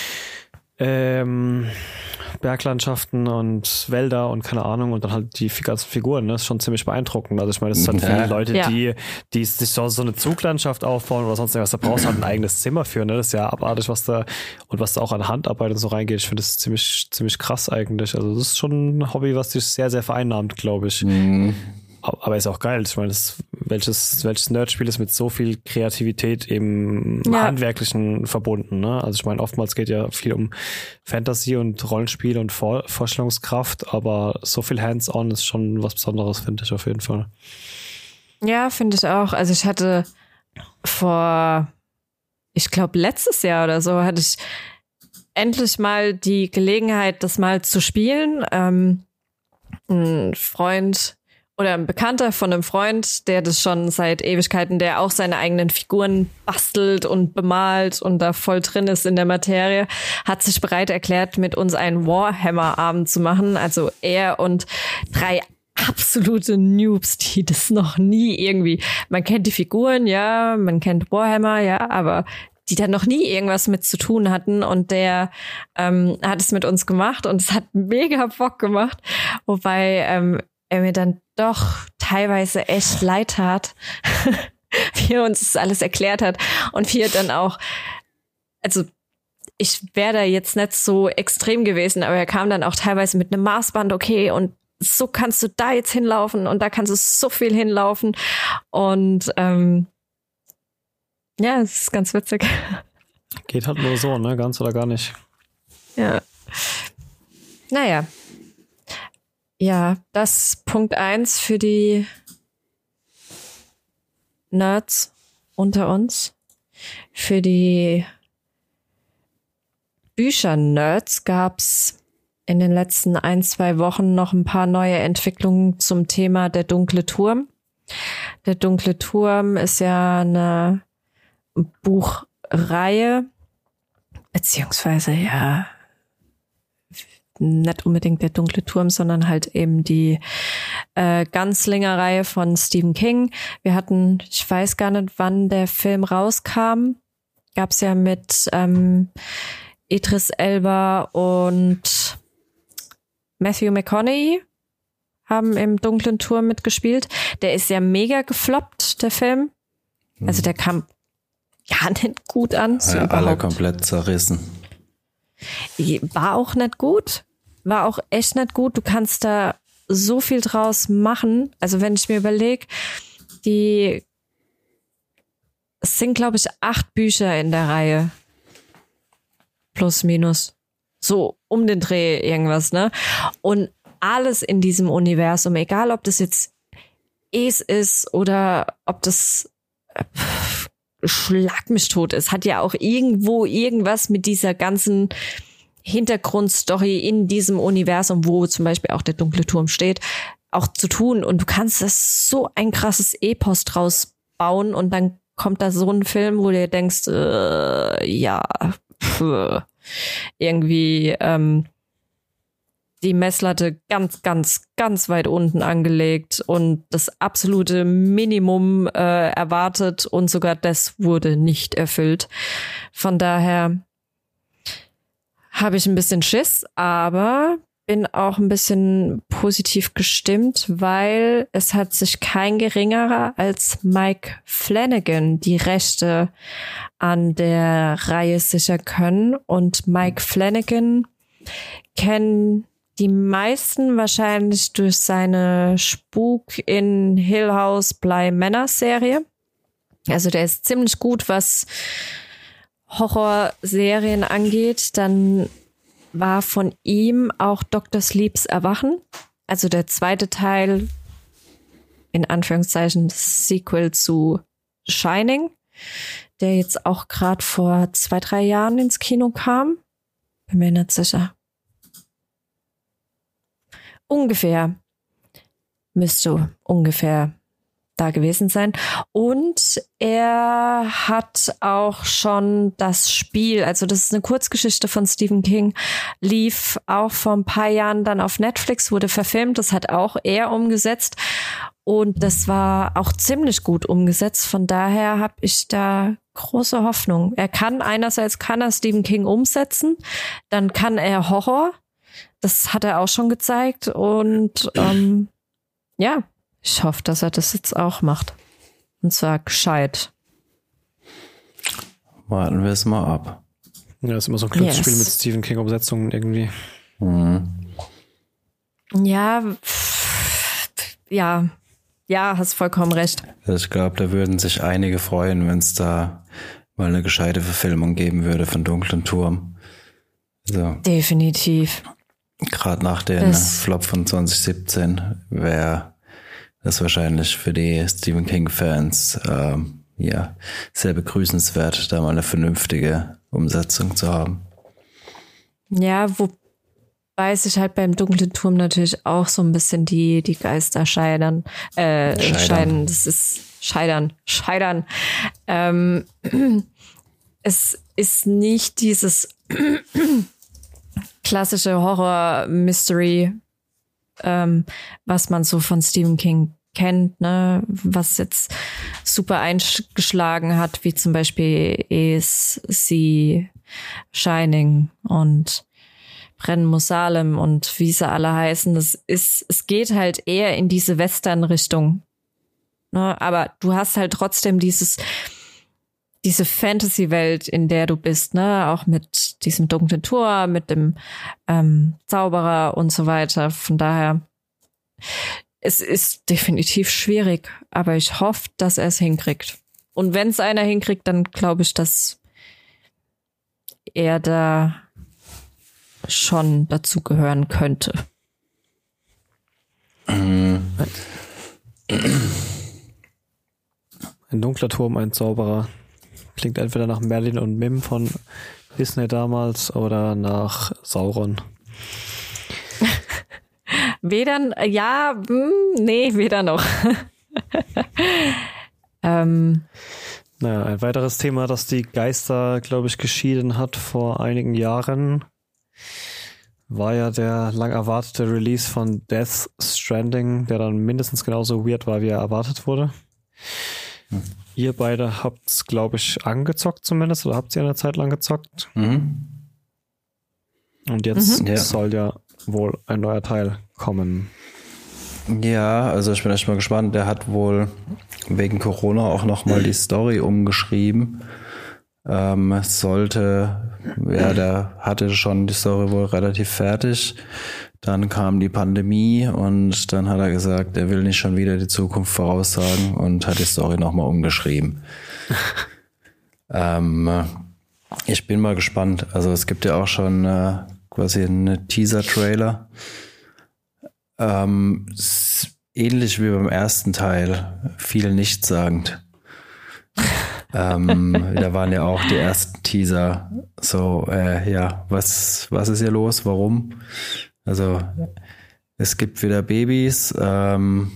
ähm, Berglandschaften und Wälder und keine Ahnung und dann halt die ganzen Figuren, ne? Das ist schon ziemlich beeindruckend. Also ich meine, es sind viele Leute, ja. die, die sich so, so eine Zuglandschaft aufbauen oder sonst irgendwas, da brauchst du halt ein eigenes Zimmer für, ne? Das ist ja abartig, was da und was da auch an Handarbeit und so reingeht. Ich finde das ziemlich, ziemlich krass eigentlich. Also das ist schon ein Hobby, was dich sehr, sehr vereinnahmt, glaube ich. Mhm. Aber ist auch geil. Ich meine, das, welches, welches Nerdspiel ist mit so viel Kreativität im ja. Handwerklichen verbunden, ne? Also ich meine, oftmals geht ja viel um Fantasy und Rollenspiel und Vor- Vorstellungskraft, aber so viel Hands-on ist schon was Besonderes, finde ich auf jeden Fall. Ja, finde ich auch. Also ich hatte vor, ich glaube letztes Jahr oder so, hatte ich endlich mal die Gelegenheit, das mal zu spielen. Ähm, ein Freund oder ein Bekannter von einem Freund, der das schon seit Ewigkeiten, der auch seine eigenen Figuren bastelt und bemalt und da voll drin ist in der Materie, hat sich bereit erklärt, mit uns einen Warhammer-Abend zu machen. Also er und drei absolute Noobs, die das noch nie irgendwie, man kennt die Figuren, ja, man kennt Warhammer, ja, aber die da noch nie irgendwas mit zu tun hatten. Und der ähm, hat es mit uns gemacht und es hat mega Bock gemacht. Wobei ähm, er mir dann doch teilweise echt leid tat, wie er uns das alles erklärt hat. Und wie er dann auch, also ich wäre da jetzt nicht so extrem gewesen, aber er kam dann auch teilweise mit einem Maßband, okay, und so kannst du da jetzt hinlaufen und da kannst du so viel hinlaufen. Und ähm, ja, es ist ganz witzig. Geht halt nur so, ne? Ganz oder gar nicht. Ja. Naja. Ja, das Punkt eins für die Nerds unter uns. Für die Bücher-Nerds gab's in den letzten ein, zwei Wochen noch ein paar neue Entwicklungen zum Thema Der dunkle Turm. Der dunkle Turm ist ja eine Buchreihe, beziehungsweise ja nicht unbedingt Der dunkle Turm, sondern halt eben die äh, Ganzlinger-Reihe von Stephen King. Wir hatten, ich weiß gar nicht, wann der Film rauskam, gab's ja mit ähm, Idris Elba und Matthew McConaughey haben im dunklen Turm mitgespielt. Der ist ja mega gefloppt, der Film. Also der kam gar nicht gut an. So ja, alle komplett zerrissen. War auch nicht gut. War auch echt nicht gut. Du kannst da so viel draus machen. Also wenn ich mir überlege, die es sind, glaube ich, acht Bücher in der Reihe. Plus, minus. So um den Dreh irgendwas, ne? Und alles in diesem Universum, egal ob das jetzt Es ist oder ob das pff, Schlag mich tot ist, hat ja auch irgendwo irgendwas mit dieser ganzen Hintergrundstory in diesem Universum, wo zum Beispiel auch der dunkle Turm steht, auch zu tun. Und du kannst das so ein krasses Epos draus bauen und dann kommt da so ein Film, wo du dir denkst, äh, ja, pff, irgendwie ähm, die Messlatte ganz, ganz, ganz weit unten angelegt und das absolute Minimum äh, erwartet und sogar das wurde nicht erfüllt. Von daher habe ich ein bisschen Schiss, aber bin auch ein bisschen positiv gestimmt, weil es hat sich kein geringerer als Mike Flanagan die Rechte an der Reihe sichern können. Und Mike Flanagan kennen die meisten wahrscheinlich durch seine Spuk in Hill House Bly Manor Serie. Also der ist ziemlich gut, was Horrorserien angeht. Dann war von ihm auch Doktor Sleeps Erwachen. Also der zweite Teil, in Anführungszeichen, das Sequel zu Shining, der jetzt auch gerade vor zwei, drei Jahren ins Kino kam. Bin mir nicht sicher. Ungefähr müsste ungefähr da gewesen sein. Und er hat auch schon das Spiel, also das ist eine Kurzgeschichte von Stephen King, lief auch vor ein paar Jahren dann auf Netflix, wurde verfilmt, das hat auch er umgesetzt und das war auch ziemlich gut umgesetzt. Von daher habe ich da große Hoffnung. Er kann einerseits kann er Stephen King umsetzen, dann kann er Horror, das hat er auch schon gezeigt und ähm, ja, ich hoffe, dass er das jetzt auch macht. Und zwar gescheit. Warten wir es mal ab. Ja, ist immer so ein Glücksspiel Yes. mit Stephen King-Umsetzungen irgendwie. Mhm. Ja, pff, ja, ja, hast vollkommen recht. Also ich glaube, da würden sich einige freuen, wenn es da mal eine gescheite Verfilmung geben würde von Dunklen Turm. So. Definitiv. Gerade nach dem Das- Flop von zwanzig siebzehn wäre das wahrscheinlich für die Stephen King-Fans ähm, ja sehr begrüßenswert, da mal eine vernünftige Umsetzung zu haben. Ja, wobei sich halt beim Dunklen Turm natürlich auch so ein bisschen die, die Geister scheidern. Äh, Scheidern. scheiden. Das ist scheidern. Scheidern. Ähm, es ist nicht dieses klassische Horror-Mystery, ähm, was man so von Stephen King kennt, ne, was jetzt super eingeschlagen hat, wie zum Beispiel Es, Sie, Shining und Brennen muss Salem und wie sie alle heißen. Das ist, es geht halt eher in diese Western-Richtung. Ne, aber du hast halt trotzdem dieses, diese Fantasy-Welt, in der du bist, ne, auch mit diesem dunklen Tor, mit dem ähm, Zauberer und so weiter. Von daher, es ist definitiv schwierig, aber ich hoffe, dass er es hinkriegt. Und wenn es einer hinkriegt, dann glaube ich, dass er da schon dazu gehören könnte. Ein dunkler Turm, ein Zauberer. Klingt entweder nach Merlin und Mim von Disney damals oder nach Sauron. Weder, ja, mh, nee, weder noch. ähm. Naja, ein weiteres Thema, das die Geister, glaube ich, geschieden hat vor einigen Jahren, war ja der lang erwartete Release von Death Stranding, der dann mindestens genauso weird war, wie er erwartet wurde. Hm. Ihr beide habt's, glaube ich, angezockt zumindest, oder habt ihr eine Zeit lang gezockt? Mhm. Und jetzt mhm. ja. soll ja wohl ein neuer Teil kommen. Ja, also ich bin echt mal gespannt. Der hat wohl wegen Corona auch nochmal die Story umgeschrieben. Ähm, es sollte, ja, der hatte schon die Story wohl relativ fertig. Dann kam die Pandemie und dann hat er gesagt, er will nicht schon wieder die Zukunft voraussagen und hat die Story nochmal umgeschrieben. ähm, ich bin mal gespannt. Also es gibt ja auch schon äh, quasi einen Teaser-Trailer. Ähm, ähnlich wie beim ersten Teil, viel nichtssagend. ähm, da waren ja auch die ersten Teaser so, äh, ja, was, was ist hier los, warum? Also es gibt wieder Babys ähm,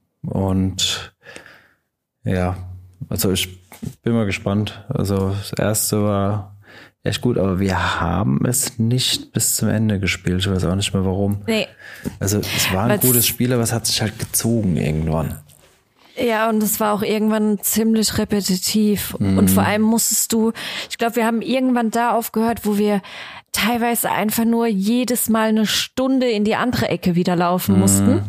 und ja, also ich bin mal gespannt. Also das erste war echt gut, aber wir haben es nicht bis zum Ende gespielt. Ich weiß auch nicht mehr warum. Nee. Also es war ein Weil's, gutes Spiel, aber es hat sich halt gezogen irgendwann. Ja, und es war auch irgendwann ziemlich repetitiv. Mm. Und vor allem musstest du, ich glaube, wir haben irgendwann da aufgehört, wo wir teilweise einfach nur jedes Mal eine Stunde in die andere Ecke wieder laufen mm. mussten.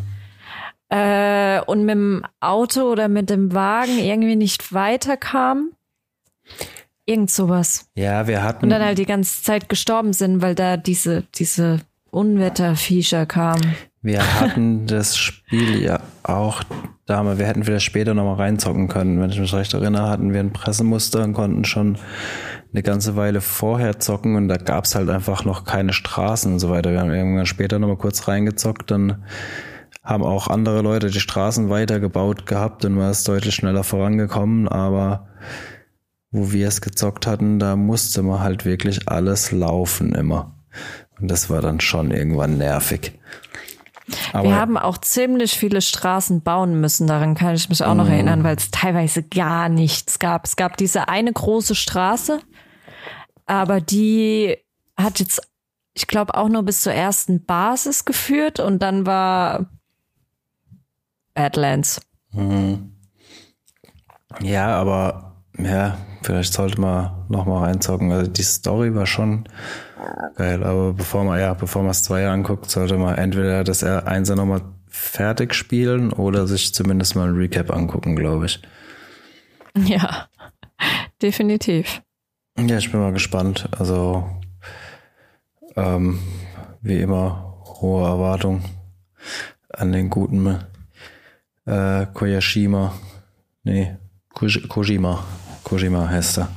Äh, und mit dem Auto oder mit dem Wagen irgendwie nicht weiterkamen. Irgend sowas. Ja, wir hatten. Und dann halt die ganze Zeit gestorben sind, weil da diese, diese Unwetterviecher kamen. Wir hatten das Spiel ja auch damals, wir hätten vielleicht später nochmal reinzocken können. Wenn ich mich recht erinnere, hatten wir ein Pressemuster und konnten schon eine ganze Weile vorher zocken und da gab es halt einfach noch keine Straßen und so weiter. Wir haben irgendwann später nochmal kurz reingezockt, dann haben auch andere Leute die Straßen weitergebaut gehabt und man ist deutlich schneller vorangekommen, aber wo wir es gezockt hatten, da musste man halt wirklich alles laufen immer. Und das war dann schon irgendwann nervig. Aber wir haben auch ziemlich viele Straßen bauen müssen, daran kann ich mich auch noch mm. erinnern, weil es teilweise gar nichts gab. Es gab diese eine große Straße, aber die hat jetzt, ich glaube, auch nur bis zur ersten Basis geführt und dann war Badlands. Mm. Ja, aber ja, vielleicht sollte man noch mal reinzocken. Also die Story war schon geil, aber bevor man ja, bevor man es zwei anguckt, sollte man entweder das Einser noch mal fertig spielen oder sich zumindest mal ein Recap angucken, glaube ich. Ja, definitiv. Ja, ich bin mal gespannt. Also ähm, wie immer hohe Erwartung an den guten äh, Koyashima. Nee, Kojima. Kojima heißt er.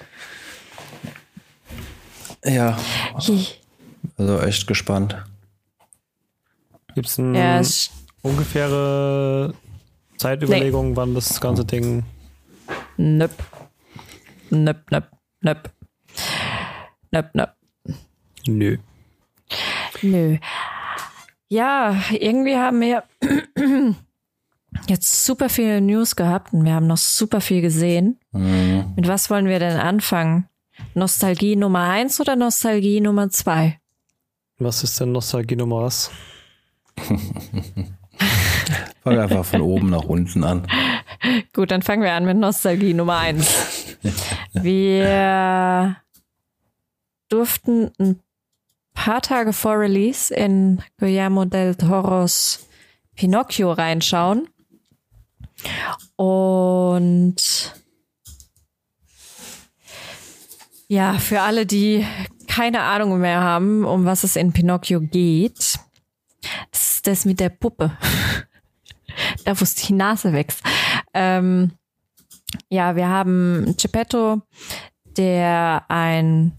Ja. Also echt gespannt. Gibt es eine ja, ungefähre Zeitüberlegung, nee. wann das ganze Ding... Nöp. Nöp, nöp, nöp. Nöp, nöp. Nö. Nö. Ja, irgendwie haben wir jetzt super viele News gehabt und wir haben noch super viel gesehen. Mhm. Mit was wollen wir denn anfangen? Nostalgie Nummer eins oder Nostalgie Nummer zwei? Was ist denn Nostalgie Nummer was? Fang einfach von oben nach unten an. Gut, dann fangen wir an mit Nostalgie Nummer eins. Wir durften ein paar Tage vor Release in Guillermo del Toros Pinocchio reinschauen. Und ja, für alle, die keine Ahnung mehr haben, um was es in Pinocchio geht, das ist das mit der Puppe. Da, wo es die Nase wächst. Ähm, ja, wir haben Geppetto, der ein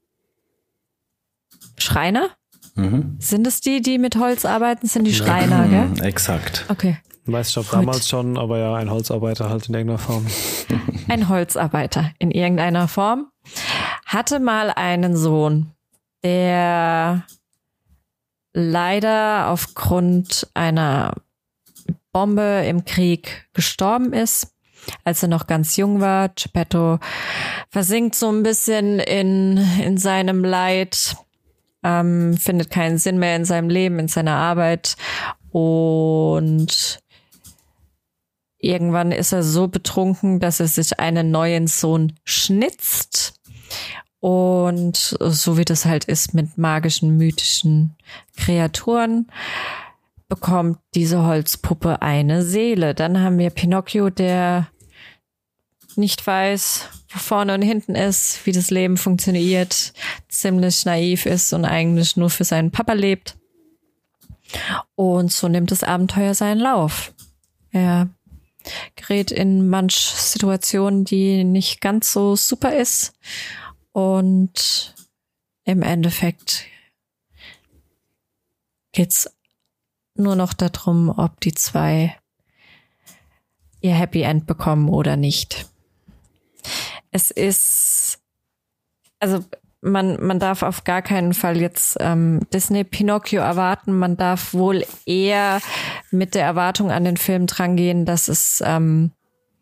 Schreiner? Mhm. Sind es die, die mit Holz arbeiten? Sind die Schreiner, mhm, gell? Exakt. Okay. Ich weiß nicht, ob damals schon, aber ja, ein Holzarbeiter halt in irgendeiner Form. Ein Holzarbeiter in irgendeiner Form hatte mal einen Sohn, der leider aufgrund einer Bombe im Krieg gestorben ist, als er noch ganz jung war. Geppetto versinkt so ein bisschen in, in seinem Leid, ähm, findet keinen Sinn mehr in seinem Leben, in seiner Arbeit und irgendwann ist er so betrunken, dass er sich einen neuen Sohn schnitzt. Und so wie das halt ist mit magischen, mythischen Kreaturen, bekommt diese Holzpuppe eine Seele. Dann haben wir Pinocchio, der nicht weiß, wo vorne und hinten ist, wie das Leben funktioniert, ziemlich naiv ist und eigentlich nur für seinen Papa lebt. Und so nimmt das Abenteuer seinen Lauf. Er gerät in manch Situationen, die nicht ganz so super ist. Und im Endeffekt geht's nur noch darum, ob die zwei ihr Happy End bekommen oder nicht. Es ist, also man man darf auf gar keinen Fall jetzt ähm, Disney Pinocchio erwarten. Man darf wohl eher mit der Erwartung an den Film drangehen, dass es ähm,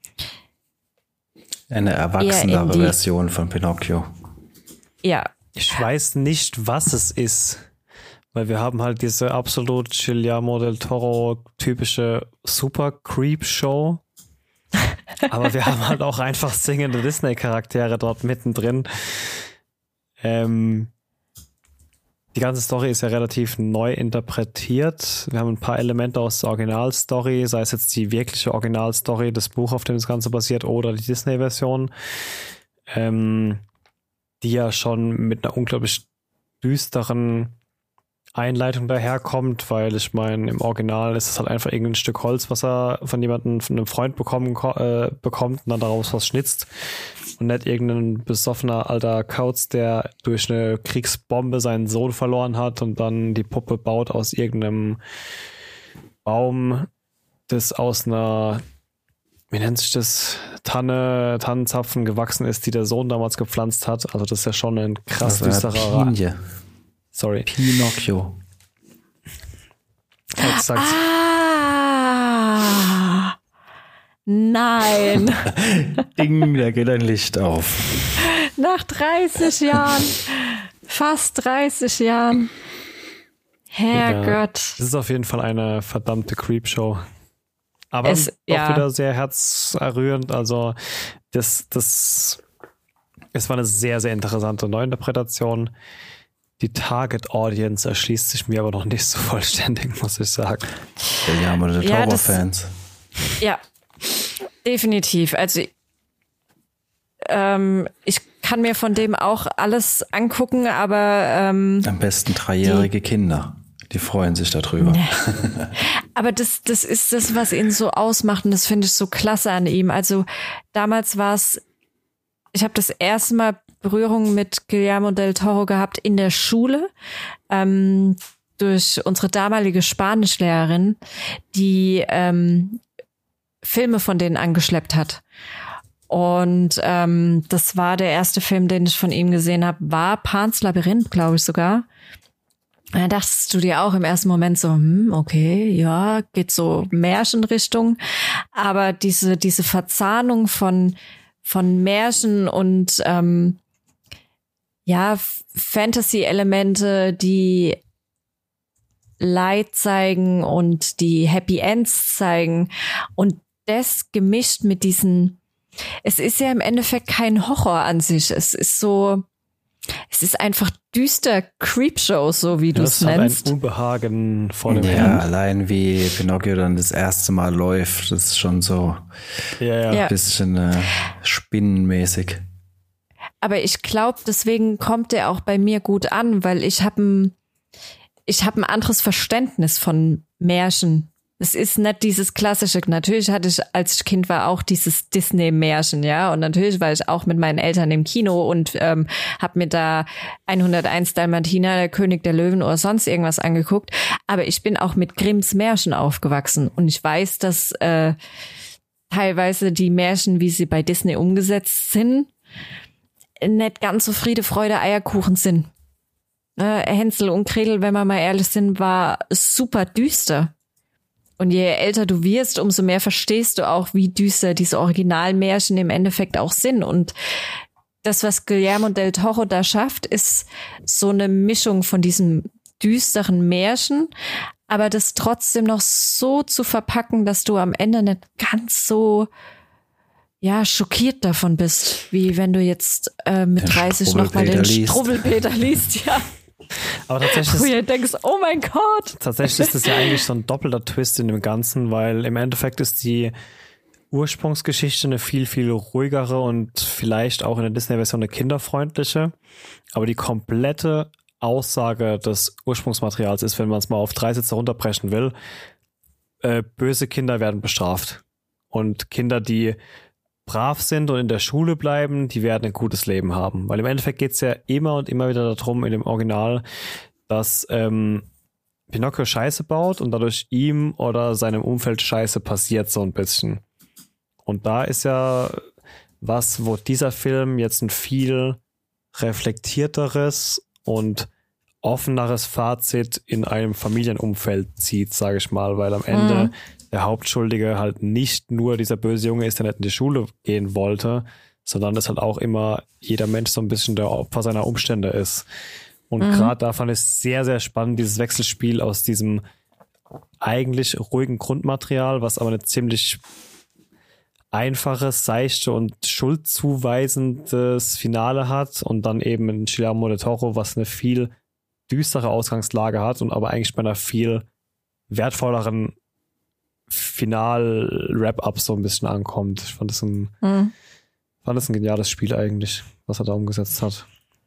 eine erwachsenere die, Version von Pinocchio. Ja. Ich weiß nicht, was es ist, weil wir haben halt diese absolut Guillermo del Toro typische Super Creep Show. Aber wir haben halt auch einfach singende Disney-Charaktere dort mittendrin. Ähm, die ganze Story ist ja relativ neu interpretiert. Wir haben ein paar Elemente aus der Originalstory, sei es jetzt die wirkliche Originalstory, das Buch, auf dem das Ganze basiert, oder die Disney-Version, ähm, die ja schon mit einer unglaublich düsteren Einleitung daherkommt, weil ich meine, im Original ist es halt einfach irgendein Stück Holz, was er von jemandem, von einem Freund bekommen, äh, bekommt und dann daraus was schnitzt und nicht irgendein besoffener alter Kauz, der durch eine Kriegsbombe seinen Sohn verloren hat und dann die Puppe baut aus irgendeinem Baum, das aus einer, wie nennt sich das, Tanne, Tannenzapfen gewachsen ist, die der Sohn damals gepflanzt hat. Also das ist ja schon ein krass düsterer... Pinie. Sorry. Pinocchio. Exakt. Ah, nein. Ding, da geht ein Licht auf. Nach dreißig Jahren, fast dreißig Jahren. Herrgott. Es ist auf jeden Fall eine verdammte Creepshow. Aber es, auch ja. wieder sehr herzerrührend. Also das, das, es war eine sehr, sehr interessante Neuinterpretation. Die Target Audience erschließt sich mir aber noch nicht so vollständig, muss ich sagen. Ja, aber die ja, Tower-Fans. Ja, definitiv. Also ähm, ich kann mir von dem auch alles angucken, aber ähm, am besten dreijährige die, Kinder. Die freuen sich darüber. Nee. Aber das, das ist das, was ihn so ausmacht und das finde ich so klasse an ihm. Also damals war es, ich habe das erste Mal Berührung mit Guillermo del Toro gehabt in der Schule, ähm, durch unsere damalige Spanischlehrerin, die ähm, Filme von denen angeschleppt hat. Und ähm, das war der erste Film, den ich von ihm gesehen habe, war Pans Labyrinth, glaube ich sogar. Da dachtest du dir auch im ersten Moment so, hm, okay, ja, geht so Märchenrichtung. Aber diese diese Verzahnung von von Märchen und ähm, ja, Fantasy-Elemente, die Leid zeigen und die Happy Ends zeigen und das gemischt mit diesen, es ist ja im Endeffekt kein Horror an sich, es ist so, es ist einfach düster Creepshow, so wie du es nennst. Ein Unbehagen vor dem Ja, Herrn. allein wie Pinocchio dann das erste Mal läuft, das ist schon so ja, ja. ein bisschen äh, spinnenmäßig. Aber ich glaube, deswegen kommt der auch bei mir gut an, weil ich habe ein, ich habe ein anderes Verständnis von Märchen. Es ist nicht dieses klassische, natürlich hatte ich, als ich Kind war, auch dieses Disney-Märchen, ja, und natürlich war ich auch mit meinen Eltern im Kino und ähm, habe mir da hunderteins Dalmatiner, der König der Löwen oder sonst irgendwas angeguckt, aber ich bin auch mit Grimms Märchen aufgewachsen und ich weiß, dass äh, teilweise die Märchen, wie sie bei Disney umgesetzt sind, nicht ganz so Friede, Freude, Eierkuchen sind. Äh, Hänsel und Gretel, wenn wir mal ehrlich sind, war super düster. Und je älter du wirst, umso mehr verstehst du auch, wie düster diese Originalmärchen im Endeffekt auch sind. Und das, was Guillermo del Toro da schafft, ist so eine Mischung von diesem düsteren Märchen, aber das trotzdem noch so zu verpacken, dass du am Ende nicht ganz so ja schockiert davon bist, wie wenn du jetzt äh, mit dreißig nochmal den Struwwelpeter liest, ja. Aber tatsächlich, wo ihr denkst, oh mein Gott. Tatsächlich ist das ja eigentlich so ein doppelter Twist in dem Ganzen, weil im Endeffekt ist die Ursprungsgeschichte eine viel, viel ruhigere und vielleicht auch in der Disney-Version eine kinderfreundliche. Aber die komplette Aussage des Ursprungsmaterials ist, wenn man es mal auf drei Sätze runterbrechen will, äh, böse Kinder werden bestraft. Und Kinder, die brav sind und in der Schule bleiben, die werden ein gutes Leben haben. Weil im Endeffekt geht es ja immer und immer wieder darum, in dem Original, dass ähm, Pinocchio Scheiße baut und dadurch ihm oder seinem Umfeld Scheiße passiert so ein bisschen. Und da ist ja was, wo dieser Film jetzt ein viel reflektierteres und offeneres Fazit in einem Familienumfeld zieht, sage ich mal, weil am Ende mhm. der Hauptschuldige halt nicht nur dieser böse Junge ist, der nicht in die Schule gehen wollte, sondern dass halt auch immer jeder Mensch so ein bisschen der Opfer seiner Umstände ist. Und mhm. gerade da fand ich es sehr, sehr spannend, dieses Wechselspiel aus diesem eigentlich ruhigen Grundmaterial, was aber eine ziemlich einfaches, seichte und schuldzuweisendes Finale hat und dann eben in Guillermo del Toro, was eine viel düstere Ausgangslage hat und aber eigentlich bei einer viel wertvolleren Final-Wrap-Up so ein bisschen ankommt. Ich fand das ein, mhm. fand das ein geniales Spiel eigentlich, was er da umgesetzt hat.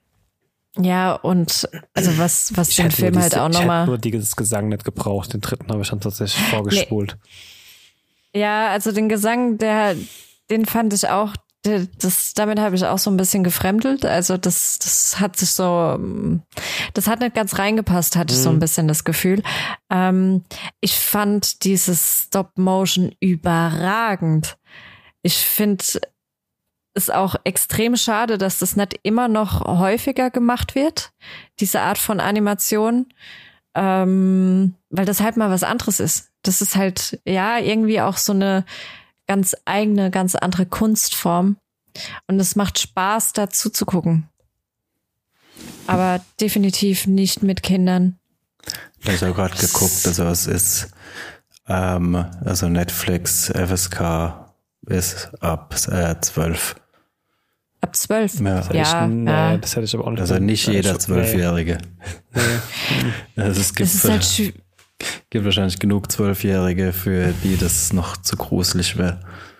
Ja, und also was, was den Film halt auch nochmal... Ich hätte nur dieses Gesang nicht gebraucht, den dritten habe ich dann tatsächlich vorgespult. Nee. Ja, also den Gesang, der, den fand ich auch, das, damit habe ich auch so ein bisschen gefremdelt. Also das, das hat sich so, das hat nicht ganz reingepasst, hatte ich mhm. so ein bisschen das Gefühl. Ähm, ich fand dieses Stop-Motion überragend. Ich finde es auch extrem schade, dass das nicht immer noch häufiger gemacht wird, diese Art von Animation, ähm, weil das halt mal was anderes ist. Das ist halt, ja, irgendwie auch so eine ganz eigene, ganz andere Kunstform. Und es macht Spaß, dazu zu gucken. Aber definitiv nicht mit Kindern. Ich habe gerade geguckt, also es ist ähm, also Netflix, F S K ist ab äh, zwölf. Ab zwölf? Ja, das, ja, ich, nee, ja. das hätte ich aber auch nicht. Also nicht jeder Zwölfjährige. Nee. Also es gibt, es ist halt schw- gibt wahrscheinlich genug Zwölfjährige, für die das noch zu gruselig wäre.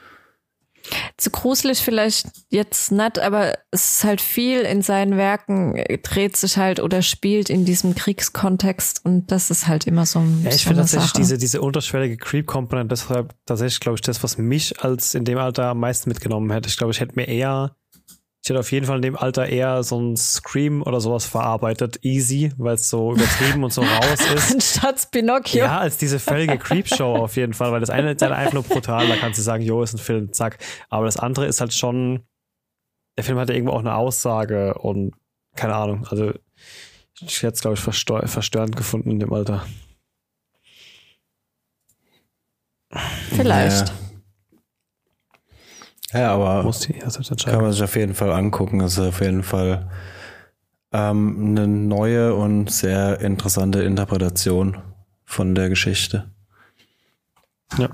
Zu gruselig vielleicht jetzt nicht, aber es ist halt viel in seinen Werken, dreht sich halt oder spielt in diesem Kriegskontext und das ist halt immer so ein ja, ich finde tatsächlich diese, diese unterschwellige Creep-Komponente, deshalb tatsächlich, glaube ich, das, was mich als in dem Alter am meisten mitgenommen hätte. Ich glaube, ich hätte mir eher Ich hätte auf jeden Fall in dem Alter eher so ein Scream oder sowas verarbeitet, easy, weil es so übertrieben und so raus ist. Anstatt Pinocchio. Ja, als diese völlige Creepshow auf jeden Fall, weil das eine ist halt einfach nur brutal, da kannst du sagen, jo, ist ein Film, zack. Aber das andere ist halt schon, der Film hat ja irgendwo auch eine Aussage und keine Ahnung, also ich hätte es, glaube ich, verstör- verstörend gefunden in dem Alter. Vielleicht. Ja. Ja, aber Muss die erst entscheiden. Kann man sich auf jeden Fall angucken. Das ist auf jeden Fall ähm, eine neue und sehr interessante Interpretation von der Geschichte. Ja.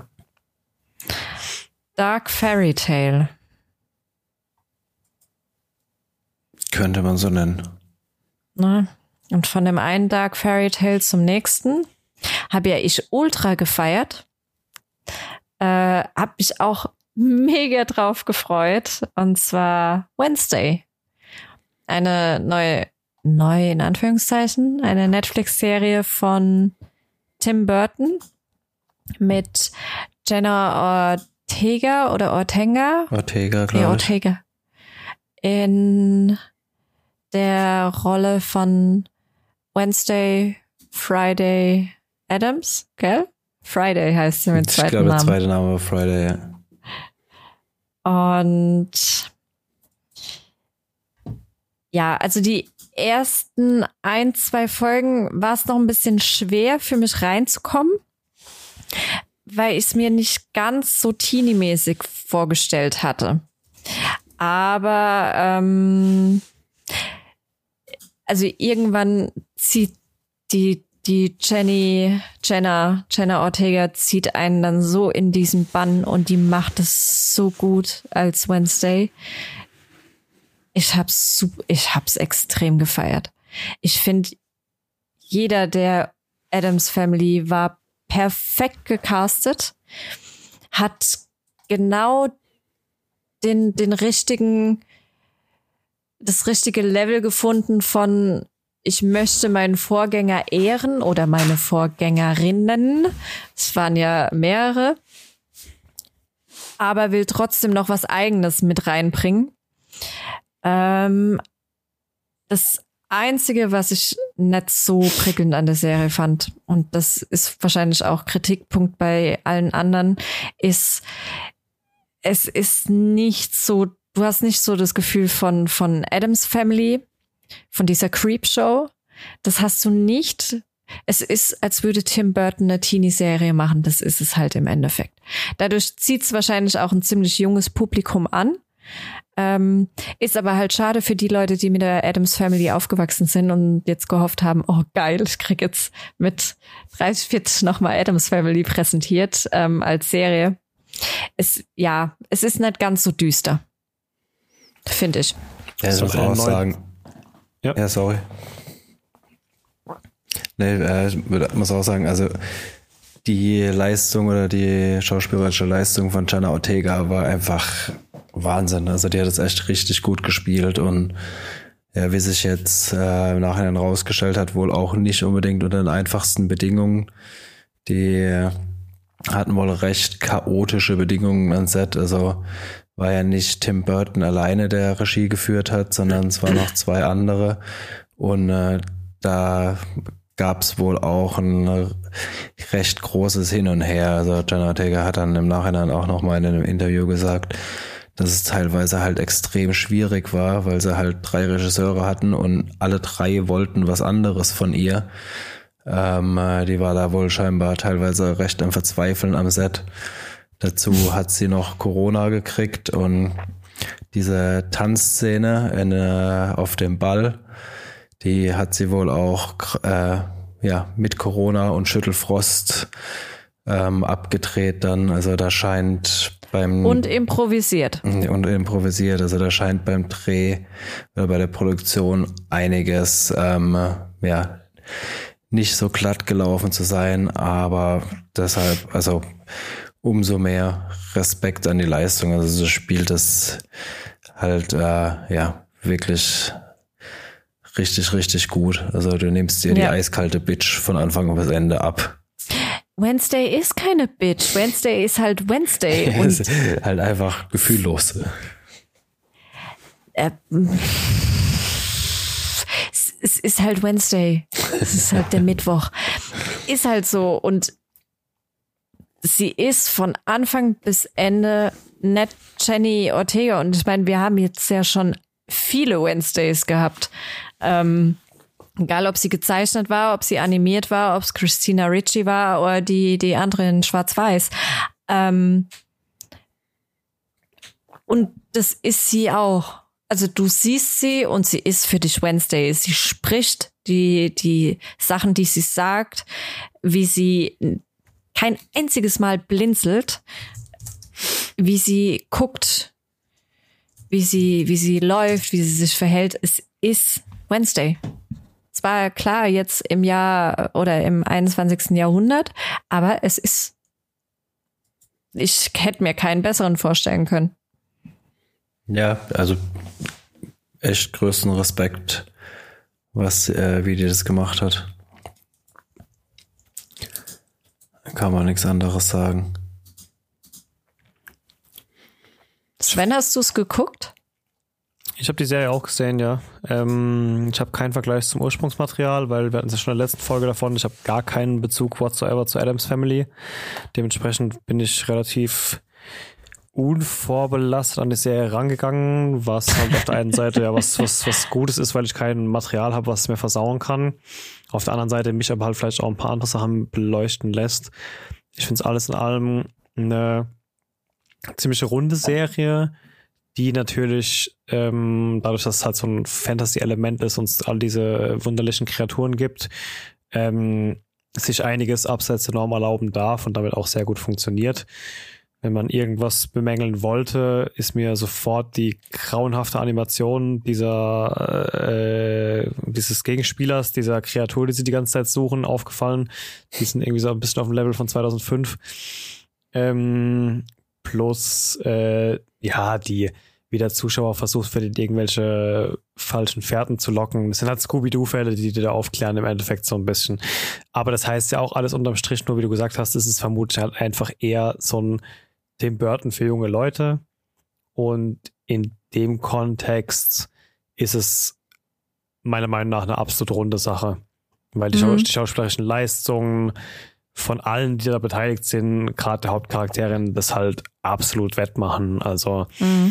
Dark Fairy Tale. Könnte man so nennen. Na, und von dem einen Dark Fairy Tale zum nächsten habe ja ich ultra gefeiert. Äh, hab mich auch mega drauf gefreut. Und zwar Wednesday. Eine neue, neue in Anführungszeichen, eine Netflix-Serie von Tim Burton mit Jenna Ortega oder Ortega? Ortega, Nee, glaube ich. Ortega. In der Rolle von Wednesday, Friday Adams, gell? Friday heißt sie mit Ich zweiten glaube, der Namen. zweite Name war Friday, ja. Und ja, also die ersten ein, zwei Folgen war es noch ein bisschen schwer für mich reinzukommen, weil ich es mir nicht ganz so teenie-mäßig vorgestellt hatte. Aber ähm, also irgendwann zieht die die Jenny, Jenna, Jenna Ortega zieht einen dann so in diesen Bann und die macht es so gut als Wednesday. Ich hab's, ich hab's extrem gefeiert. Ich finde, jeder der Addams Family war perfekt gecastet, hat genau den, den richtigen, das richtige Level gefunden von ich möchte meinen Vorgänger ehren oder meine Vorgängerinnen. Es waren ja mehrere. Aber will trotzdem noch was Eigenes mit reinbringen. Ähm, das Einzige, was ich nicht so prickelnd an der Serie fand, und das ist wahrscheinlich auch Kritikpunkt bei allen anderen, ist, es ist nicht so, du hast nicht so das Gefühl von, von Addams Family, von dieser Creepshow. Das hast du nicht. Es ist, als würde Tim Burton eine Teenie-Serie machen. Das ist es halt im Endeffekt. Dadurch zieht es wahrscheinlich auch ein ziemlich junges Publikum an. Ähm, ist aber halt schade für die Leute, die mit der Addams Family aufgewachsen sind und jetzt gehofft haben, oh geil, ich krieg jetzt mit dreißig, vierzig nochmal Addams Family präsentiert ähm, als Serie. Es, ja, es ist nicht ganz so düster. Finde ich. Ja, ich muss auch sagen. Ja. ja, sorry. Nee, äh, ich würde, muss auch sagen, also die Leistung oder die schauspielerische Leistung von Jenna Ortega war einfach Wahnsinn. Also die hat es echt richtig gut gespielt und ja, wie sich jetzt äh, im Nachhinein rausgestellt hat, wohl auch nicht unbedingt unter den einfachsten Bedingungen. Die hatten wohl recht chaotische Bedingungen am Set. Also war ja nicht Tim Burton alleine, der Regie geführt hat, sondern es waren noch zwei andere. Und äh, da gab es wohl auch ein recht großes Hin und Her. Also Jenna Ortega hat dann im Nachhinein auch nochmal in einem Interview gesagt, dass es teilweise halt extrem schwierig war, weil sie halt drei Regisseure hatten und alle drei wollten was anderes von ihr. Ähm, die war da wohl scheinbar teilweise recht am Verzweifeln am Set. Dazu hat sie noch Corona gekriegt und diese Tanzszene in, äh, auf dem Ball, die hat sie wohl auch äh, ja mit Corona und Schüttelfrost ähm, abgedreht dann. Also da scheint beim und improvisiert. Und improvisiert. Also da scheint beim Dreh oder bei der Produktion einiges ähm, ja nicht so glatt gelaufen zu sein, aber deshalb, also umso mehr Respekt an die Leistung. Also so spielt es halt äh, ja wirklich richtig, richtig gut. Also du nimmst dir ja. die eiskalte Bitch von Anfang bis Ende ab. Wednesday ist keine Bitch. Wednesday ist halt Wednesday. Und ist halt einfach gefühllos. Äh, es, es ist halt Wednesday. Es ist halt der Mittwoch. Ist halt so. Und sie ist von Anfang bis Ende nicht Jenny Ortega. Und ich meine, wir haben jetzt ja schon viele Wednesdays gehabt. Ähm, egal, ob sie gezeichnet war, ob sie animiert war, ob es Christina Ricci war oder die, die andere in Schwarz-Weiß. Ähm, und das ist sie auch. Also du siehst sie und sie ist für dich Wednesday. Sie spricht die, die Sachen, die sie sagt. wie sie kein einziges Mal blinzelt, wie sie guckt, wie sie, wie sie läuft, wie sie sich verhält. Es ist Wednesday. Zwar klar jetzt im Jahr oder im einundzwanzigsten Jahrhundert, aber es ist, ich hätte mir keinen besseren vorstellen können. Ja, also echt größten Respekt, was, äh, wie die das gemacht hat. Kann man nichts anderes sagen. Sven, hast du es geguckt? Ich habe die Serie auch gesehen, ja. Ähm, ich habe keinen Vergleich zum Ursprungsmaterial, weil wir hatten es ja schon in der letzten Folge davon. Ich habe gar keinen Bezug whatsoever zur Addams Family. Dementsprechend bin ich relativ unvorbelastet an die Serie rangegangen, was halt auf der einen Seite ja was, was, was Gutes ist, weil ich kein Material habe, was es mir versauen kann. Auf der anderen Seite mich aber halt vielleicht auch ein paar andere Sachen beleuchten lässt. Ich finde es alles in allem eine ziemlich runde Serie, die natürlich ähm, dadurch, dass es halt so ein Fantasy-Element ist und es all diese wunderlichen Kreaturen gibt, ähm, sich einiges abseits der Norm erlauben darf und damit auch sehr gut funktioniert. Wenn man irgendwas bemängeln wollte, ist mir sofort die grauenhafte Animation dieser äh, dieses Gegenspielers, dieser Kreatur, die sie die ganze Zeit suchen, aufgefallen. Die sind irgendwie so ein bisschen auf dem Level von zweitausendfünf. Ähm, plus, äh, ja, die wie der Zuschauer versucht wird, in irgendwelche falschen Fährten zu locken. Das sind halt Scooby-Doo-Fälle, die die da aufklären im Endeffekt so ein bisschen. Aber das heißt ja auch alles unterm Strich, nur wie du gesagt hast, ist es vermutlich halt einfach eher so ein Tim Burton für junge Leute. Und in dem Kontext ist es meiner Meinung nach eine absolut runde Sache. Weil die, mhm. die schauspielerischen Leistungen von allen, die da beteiligt sind, gerade der Hauptcharakterin, das halt absolut wettmachen. Also mhm.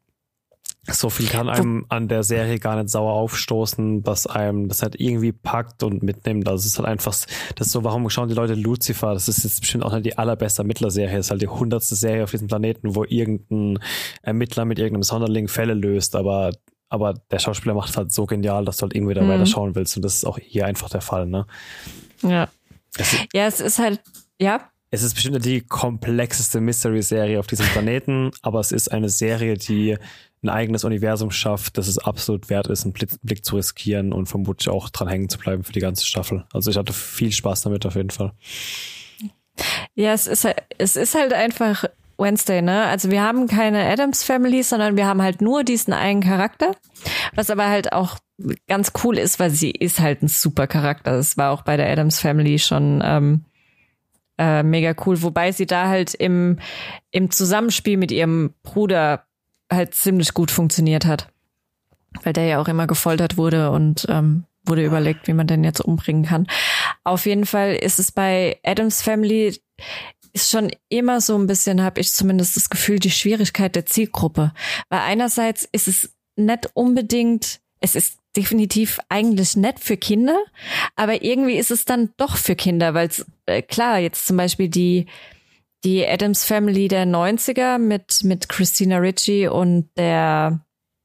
so viel kann einem an der Serie gar nicht sauer aufstoßen, dass einem das halt irgendwie packt und mitnimmt. Also es ist halt einfach, das ist so, warum schauen die Leute Lucifer? Das ist jetzt bestimmt auch nicht die allerbeste Ermittlerserie. Das ist halt die hundertste Serie auf diesem Planeten, wo irgendein Ermittler mit irgendeinem Sonderling Fälle löst, aber aber der Schauspieler macht es halt so genial, dass du halt irgendwie da mhm. weiter schauen willst und das ist auch hier einfach der Fall, ne? Ja. Es, ja, es ist halt, ja. Es ist bestimmt die komplexeste Mystery-Serie auf diesem Planeten, aber es ist eine Serie, die ein eigenes Universum schafft, dass es absolut wert ist, einen Blick zu riskieren und vermutlich auch dran hängen zu bleiben für die ganze Staffel. Also ich hatte viel Spaß damit auf jeden Fall. Ja, es ist halt, es ist halt einfach Wednesday, ne? Also wir haben keine Addams Family, sondern wir haben halt nur diesen einen Charakter, was aber halt auch ganz cool ist, weil sie ist halt ein super Charakter. Das war auch bei der Addams Family schon ähm, äh, mega cool, wobei sie da halt im im Zusammenspiel mit ihrem Bruder halt ziemlich gut funktioniert hat, weil der ja auch immer gefoltert wurde und ähm, wurde überlegt, wie man den jetzt umbringen kann. Auf jeden Fall ist es bei Addams Family ist schon immer so ein bisschen, habe ich zumindest das Gefühl, die Schwierigkeit der Zielgruppe. Weil einerseits ist es nicht unbedingt, es ist definitiv eigentlich nett für Kinder, aber irgendwie ist es dann doch für Kinder, weil es, äh, klar, jetzt zum Beispiel die die Addams Family der neunziger mit mit Christina Ricci und der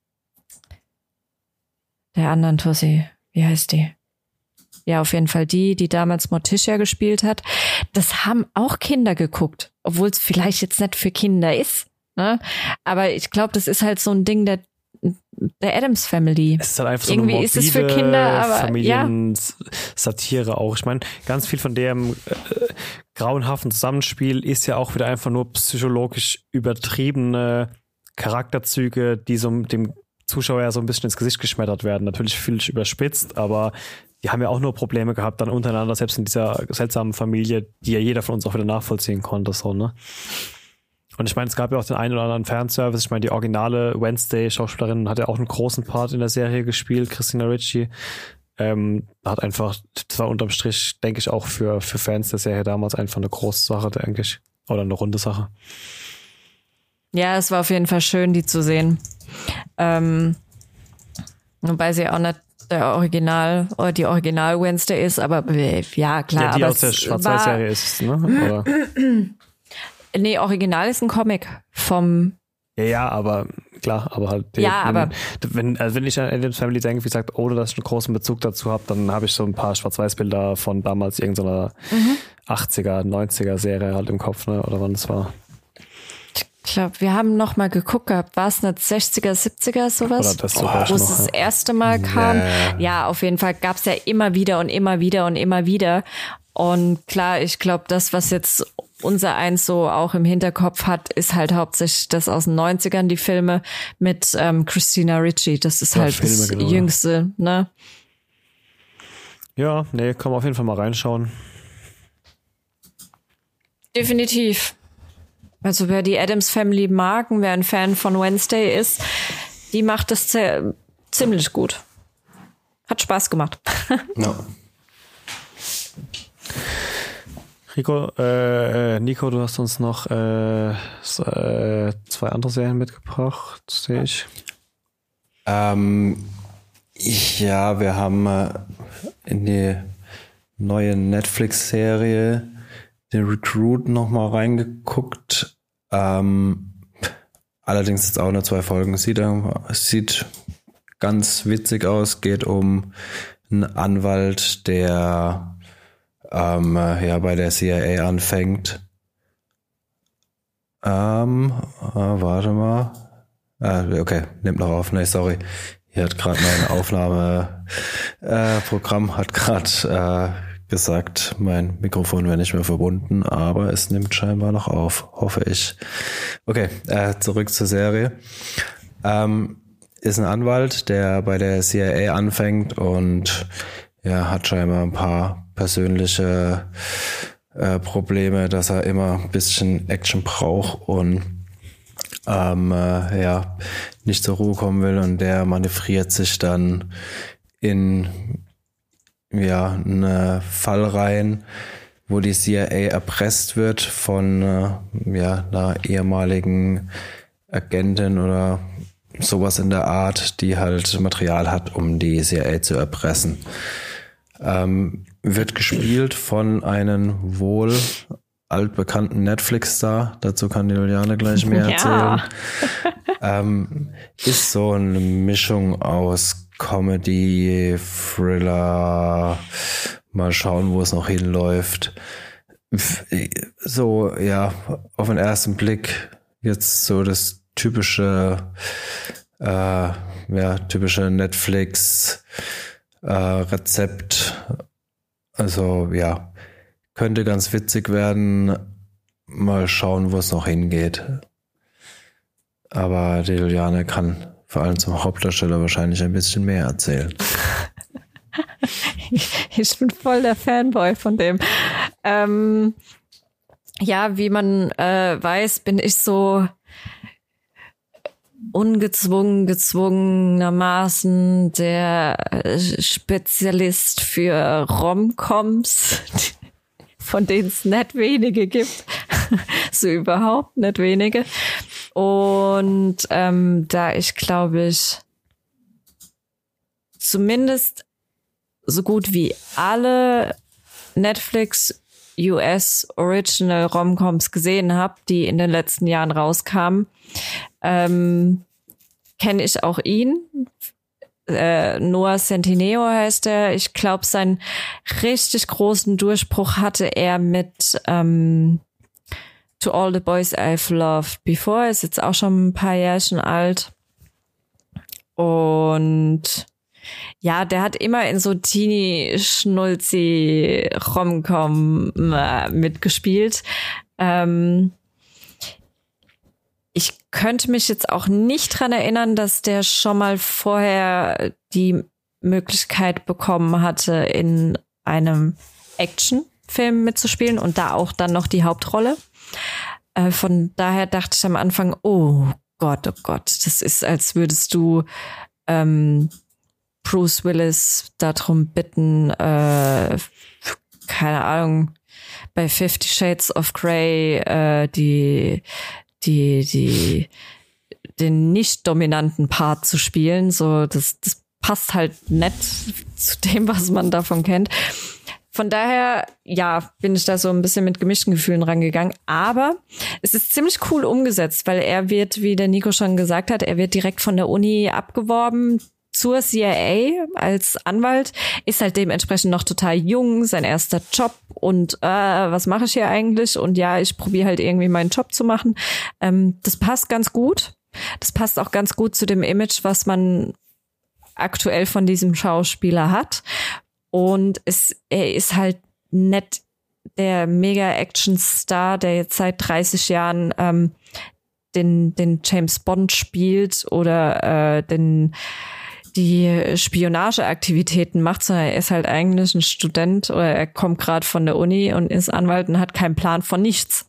der anderen Tussi, wie heißt die? Ja, auf jeden Fall die, die damals Morticia gespielt hat. Das haben auch Kinder geguckt, obwohl es vielleicht jetzt nicht für Kinder ist, ne? Aber ich glaube, das ist halt so ein Ding der der Addams Family. Es ist halt einfach so irgendwie eine ist es für Kinder, aber Familiensatire ja. auch. Ich meine, ganz viel von dem äh, grauenhaften Zusammenspiel ist ja auch wieder einfach nur psychologisch übertriebene Charakterzüge, die so dem Zuschauer ja so ein bisschen ins Gesicht geschmettert werden. Natürlich völlig überspitzt, aber die haben ja auch nur Probleme gehabt dann untereinander, selbst in dieser seltsamen Familie, die ja jeder von uns auch wieder nachvollziehen konnte, so, ne? Und ich meine, es gab ja auch den einen oder anderen Fanservice. Ich meine, die originale Wednesday-Schauspielerin hat ja auch einen großen Part in der Serie gespielt, Christina Ricci. Ähm, hat einfach, das war unterm Strich, denke ich, auch für, für Fans der Serie damals einfach eine große Sache, denke ich. Oder eine runde Sache. Ja, es war auf jeden Fall schön, die zu sehen. Ähm, wobei sie auch nicht der Original oder die Original Wednesday ist, aber ja, klar. Ja, die aber aus der Schwarz-Weiß-Serie ist, ne? Oder? Nee, Original ist ein Comic vom... Ja, ja, aber klar, aber halt ja, wenn, aber wenn, also wenn ich an Addams Family denke, wie gesagt, ohne dass ich einen großen Bezug dazu habe, dann habe ich so ein paar Schwarz-Weiß-Bilder von damals irgendeiner mhm. achtziger, neunziger Serie halt im Kopf, ne, oder wann es war. Ich glaube, wir haben noch mal geguckt gehabt, war es nicht sechziger, siebziger sowas? Oder das sogar wo noch, es das ja. erste Mal kam. Yeah. Ja, auf jeden Fall gab es ja immer wieder und immer wieder und immer wieder. Und klar, ich glaube, das, was jetzt unser Eins so auch im Hinterkopf hat, ist halt hauptsächlich das aus den neunzigern, die Filme mit ähm, Christina Ricci. Das ist ja, halt Filme, das genau. Jüngste, ne? Ja, nee, kann man auf jeden Fall mal reinschauen. Definitiv. Also wer die Addams Family mag, wer ein Fan von Wednesday ist, die macht das z- ziemlich gut. Hat Spaß gemacht. No. Rico, äh, Nico, du hast uns noch äh, so, äh, zwei andere Serien mitgebracht, sehe ich. Ähm, ich, ja, wir haben äh, in die neue Netflix-Serie den Recruit noch mal reingeguckt. Ähm, allerdings jetzt auch nur zwei Folgen. Sieht, sieht ganz witzig aus. Geht um einen Anwalt, der ähm, ja bei der C I A anfängt. Ähm, äh, warte mal. Ah, okay, nimmt noch auf. Nee, sorry. Hier hat gerade mein Aufnahmeprogramm äh, hat gerade äh, gesagt, mein Mikrofon wäre nicht mehr verbunden, aber es nimmt scheinbar noch auf, hoffe ich. Okay, äh, zurück zur Serie. Ähm, ist ein Anwalt, der bei der C I A anfängt und ja, hat scheinbar ein paar persönliche äh, Probleme, dass er immer ein bisschen Action braucht und ähm, äh, ja, nicht zur Ruhe kommen will, und der manövriert sich dann in ja, einen Fall rein, wo die C I A erpresst wird von äh, ja, einer ehemaligen Agentin oder sowas in der Art, die halt Material hat, um die C I A zu erpressen. Ähm, wird gespielt von einem wohl altbekannten Netflix-Star, dazu kann die Juliane gleich mehr erzählen. Ja. ähm, ist so eine Mischung aus Comedy, Thriller, mal schauen, wo es noch hinläuft. So, ja, auf den ersten Blick jetzt so das typische, äh, ja, typische Netflix äh, Rezept. Also, ja, könnte ganz witzig werden. Mal schauen, wo es noch hingeht. Aber die Juliane kann vor allem zum Hauptdarsteller wahrscheinlich ein bisschen mehr erzählen. Ich bin voll der Fanboy von dem. Ähm, ja, wie man äh, weiß, bin ich so ungezwungen, gezwungenermaßen der Spezialist für Rom-Coms, von denen es nicht wenige gibt. So überhaupt nicht wenige. Und ähm, da ich, glaube ich, zumindest so gut wie alle Netflix U S Original Rom-Coms gesehen habe, die in den letzten Jahren rauskamen, ähm, kenne ich auch ihn. Äh, Noah Centineo heißt er. Ich glaube, seinen richtig großen Durchbruch hatte er mit ähm, To All the Boys I've Loved Before. Ist jetzt auch schon ein paar Jährchen alt. Und ja, der hat immer in so Teenie-Schnulzi Rom-Com äh, mitgespielt. Ähm, ich könnte mich jetzt auch nicht dran erinnern, dass der schon mal vorher die Möglichkeit bekommen hatte, in einem Actionfilm mitzuspielen und da auch dann noch die Hauptrolle. Äh, von daher dachte ich am Anfang, oh Gott, oh Gott, das ist, als würdest du ähm, Bruce Willis darum bitten, äh, keine Ahnung, bei Fifty Shades of Grey äh, die die die den nicht dominanten Part zu spielen. So, das das passt halt nett zu dem, was man davon kennt. von daher, ja, bin ich da so ein bisschen mit gemischten Gefühlen rangegangen. Aber es ist ziemlich cool umgesetzt, weil er wird, wie der Nico schon gesagt hat, er wird direkt von der Uni abgeworben zur C I A als Anwalt, ist halt dementsprechend noch total jung, sein erster Job und äh, was mache ich hier eigentlich? Und ja, ich probiere halt irgendwie meinen Job zu machen. Ähm, das passt ganz gut. Das passt auch ganz gut zu dem Image, was man aktuell von diesem Schauspieler hat. Und es, er ist halt nicht der Mega-Action-Star, der jetzt seit dreißig Jahren ähm, den, den James Bond spielt oder äh, den die Spionageaktivitäten macht, sondern er ist halt eigentlich ein Student oder er kommt gerade von der Uni und ist Anwalt und hat keinen Plan von nichts.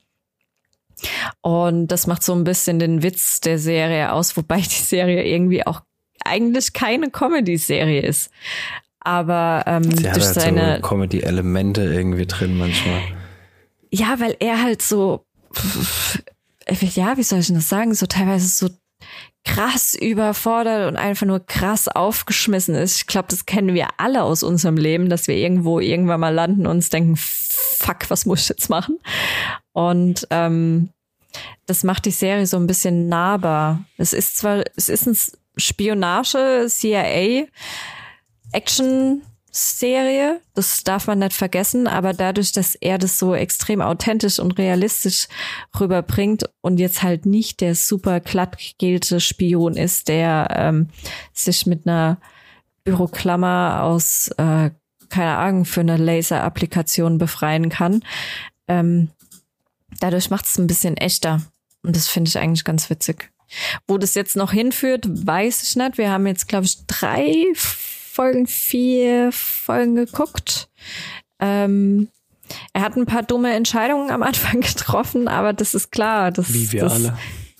Und das macht so ein bisschen den Witz der Serie aus, wobei die Serie irgendwie auch eigentlich keine Comedy-Serie ist. Aber ähm, Sie hat durch halt seine so Comedy-Elemente irgendwie drin manchmal. Ja, weil er halt so, ja, wie soll ich denn das sagen, so teilweise so krass überfordert und einfach nur krass aufgeschmissen ist. Ich glaube, das kennen wir alle aus unserem Leben, dass wir irgendwo irgendwann mal landen und uns denken, fuck, was muss ich jetzt machen? Und ähm, das macht die Serie so ein bisschen nahbar. Es ist zwar, es ist ein Spionage, C I A, Action-Serie, das darf man nicht vergessen, aber dadurch, dass er das so extrem authentisch und realistisch rüberbringt und jetzt halt nicht der super glattgegelte Spion ist, der ähm, sich mit einer Büroklammer aus, äh, keine Ahnung, für eine Laser-Applikation befreien kann, ähm, dadurch macht es ein bisschen echter und das finde ich eigentlich ganz witzig. Wo das jetzt noch hinführt, weiß ich nicht. Wir haben jetzt, glaube ich, drei Folgen, vier Folgen geguckt. Ähm, er hat ein paar dumme Entscheidungen am Anfang getroffen, aber das ist klar. Das, Wie wir das, alle.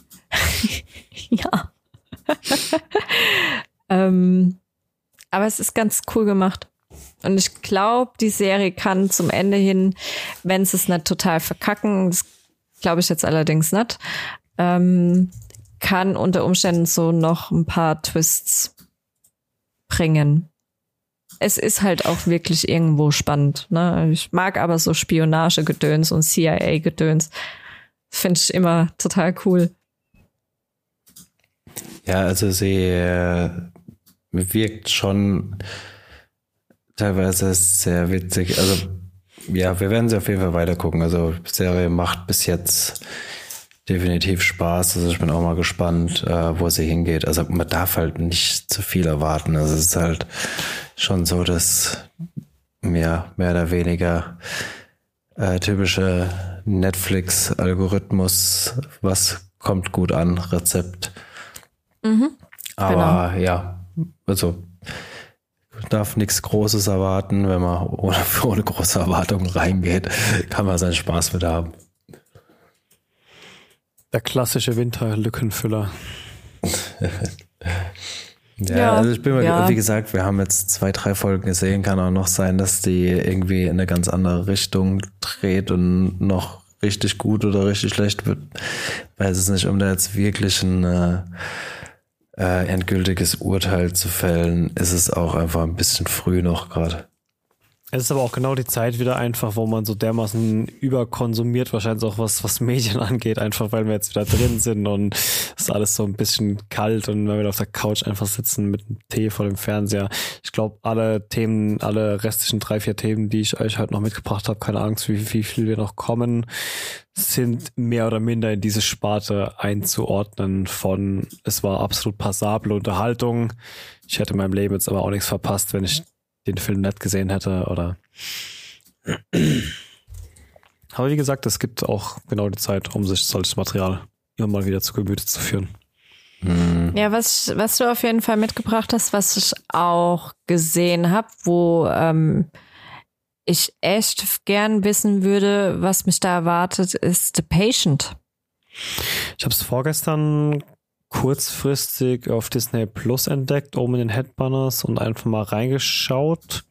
Ja. ähm, aber es ist ganz cool gemacht. Und ich glaube, die Serie kann zum Ende hin, wenn sie es nicht total verkacken, das glaube ich jetzt allerdings nicht, ähm, kann unter Umständen so noch ein paar Twists bringen. Es ist halt auch wirklich irgendwo spannend, ne? Ich mag aber so Spionage-Gedöns und C I A-Gedöns. Finde ich immer total cool. Ja, also sie äh, wirkt schon teilweise sehr witzig. Also ja, wir werden sie auf jeden Fall weiter gucken. Also die Serie macht bis jetzt definitiv Spaß. Also ich bin auch mal gespannt, äh, wo sie hingeht. Also man darf halt nicht zu viel erwarten. Also es ist halt schon so, dass ja, mehr oder weniger äh, typische Netflix-Algorithmus, was kommt gut an, Rezept. Mhm, Aber genau. ja, also darf nichts Großes erwarten. Wenn man ohne, ohne große Erwartungen reingeht, kann man seinen Spaß mit haben. Der klassische Winterlückenfüller. Ja, Ja, also ich bin mal, ja. wie gesagt, wir haben jetzt zwei, drei Folgen gesehen. Kann auch noch sein, dass die irgendwie in eine ganz andere Richtung dreht und noch richtig gut oder richtig schlecht wird. Weiß es nicht, um da jetzt wirklich ein äh, äh, endgültiges Urteil zu fällen, ist es auch einfach ein bisschen früh noch gerade. Es ist aber auch genau die Zeit wieder einfach, wo man so dermaßen überkonsumiert, wahrscheinlich auch was, was Medien angeht, einfach weil wir jetzt wieder drin sind und es ist alles so ein bisschen kalt und wenn wir auf der Couch einfach sitzen mit einem Tee vor dem Fernseher. Ich glaube, alle Themen, alle restlichen drei, vier Themen, die ich euch heute noch mitgebracht habe, keine Angst, wie, wie viel wir noch kommen, sind mehr oder minder in diese Sparte einzuordnen von, es war absolut passable Unterhaltung. Ich hätte in meinem Leben jetzt aber auch nichts verpasst, wenn ich den Film nicht gesehen hätte oder aber wie gesagt, es gibt auch genau die Zeit, um sich solches Material immer mal wieder zu Gemüte zu führen. Ja, was, was du auf jeden Fall mitgebracht hast, was ich auch gesehen habe, wo ähm, ich echt gern wissen würde, was mich da erwartet, ist The Patient. Ich habe es vorgestern kurzfristig auf Disney Plus entdeckt, oben in den Headbanners und einfach mal reingeschaut.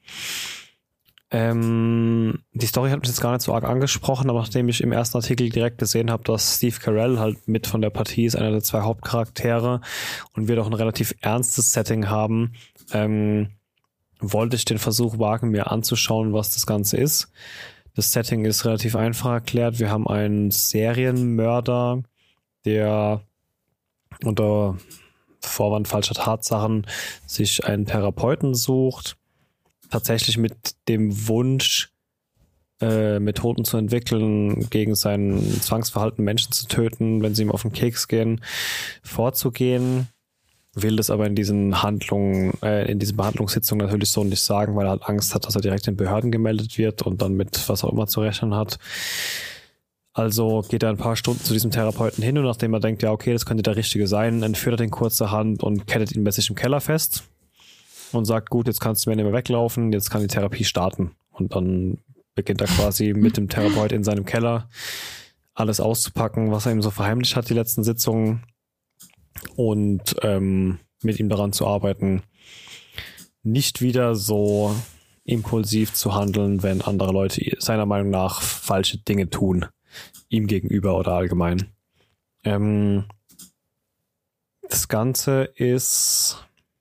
Ähm, die Story hat mich jetzt gar nicht so arg angesprochen, aber nachdem ich im ersten Artikel direkt gesehen habe, dass Steve Carell halt mit von der Partie ist, einer der zwei Hauptcharaktere und wir doch ein relativ ernstes Setting haben, ähm, wollte ich den Versuch wagen, mir anzuschauen, was das Ganze ist. Das Setting ist relativ einfach erklärt. Wir haben einen Serienmörder, der unter Vorwand falscher Tatsachen sich einen Therapeuten sucht, tatsächlich mit dem Wunsch, äh, Methoden zu entwickeln, gegen sein Zwangsverhalten Menschen zu töten, wenn sie ihm auf den Keks gehen, vorzugehen. Will das aber in diesen Handlungen, äh, in diesen Behandlungssitzungen natürlich so nicht sagen, weil er halt Angst hat, dass er direkt den Behörden gemeldet wird und dann mit was auch immer zu rechnen hat. Also geht er ein paar Stunden zu diesem Therapeuten hin und nachdem er denkt, ja okay, das könnte der Richtige sein, entführt er den kurzerhand und kettet ihn bei sich im Keller fest und sagt, gut, jetzt kannst du mir nicht mehr weglaufen, jetzt kann die Therapie starten. Und dann beginnt er quasi mit dem Therapeut in seinem Keller alles auszupacken, was er ihm so verheimlicht hat, die letzten Sitzungen. Und ähm, mit ihm daran zu arbeiten, nicht wieder so impulsiv zu handeln, wenn andere Leute seiner Meinung nach falsche Dinge tun, ihm gegenüber oder allgemein. Ähm, das Ganze ist,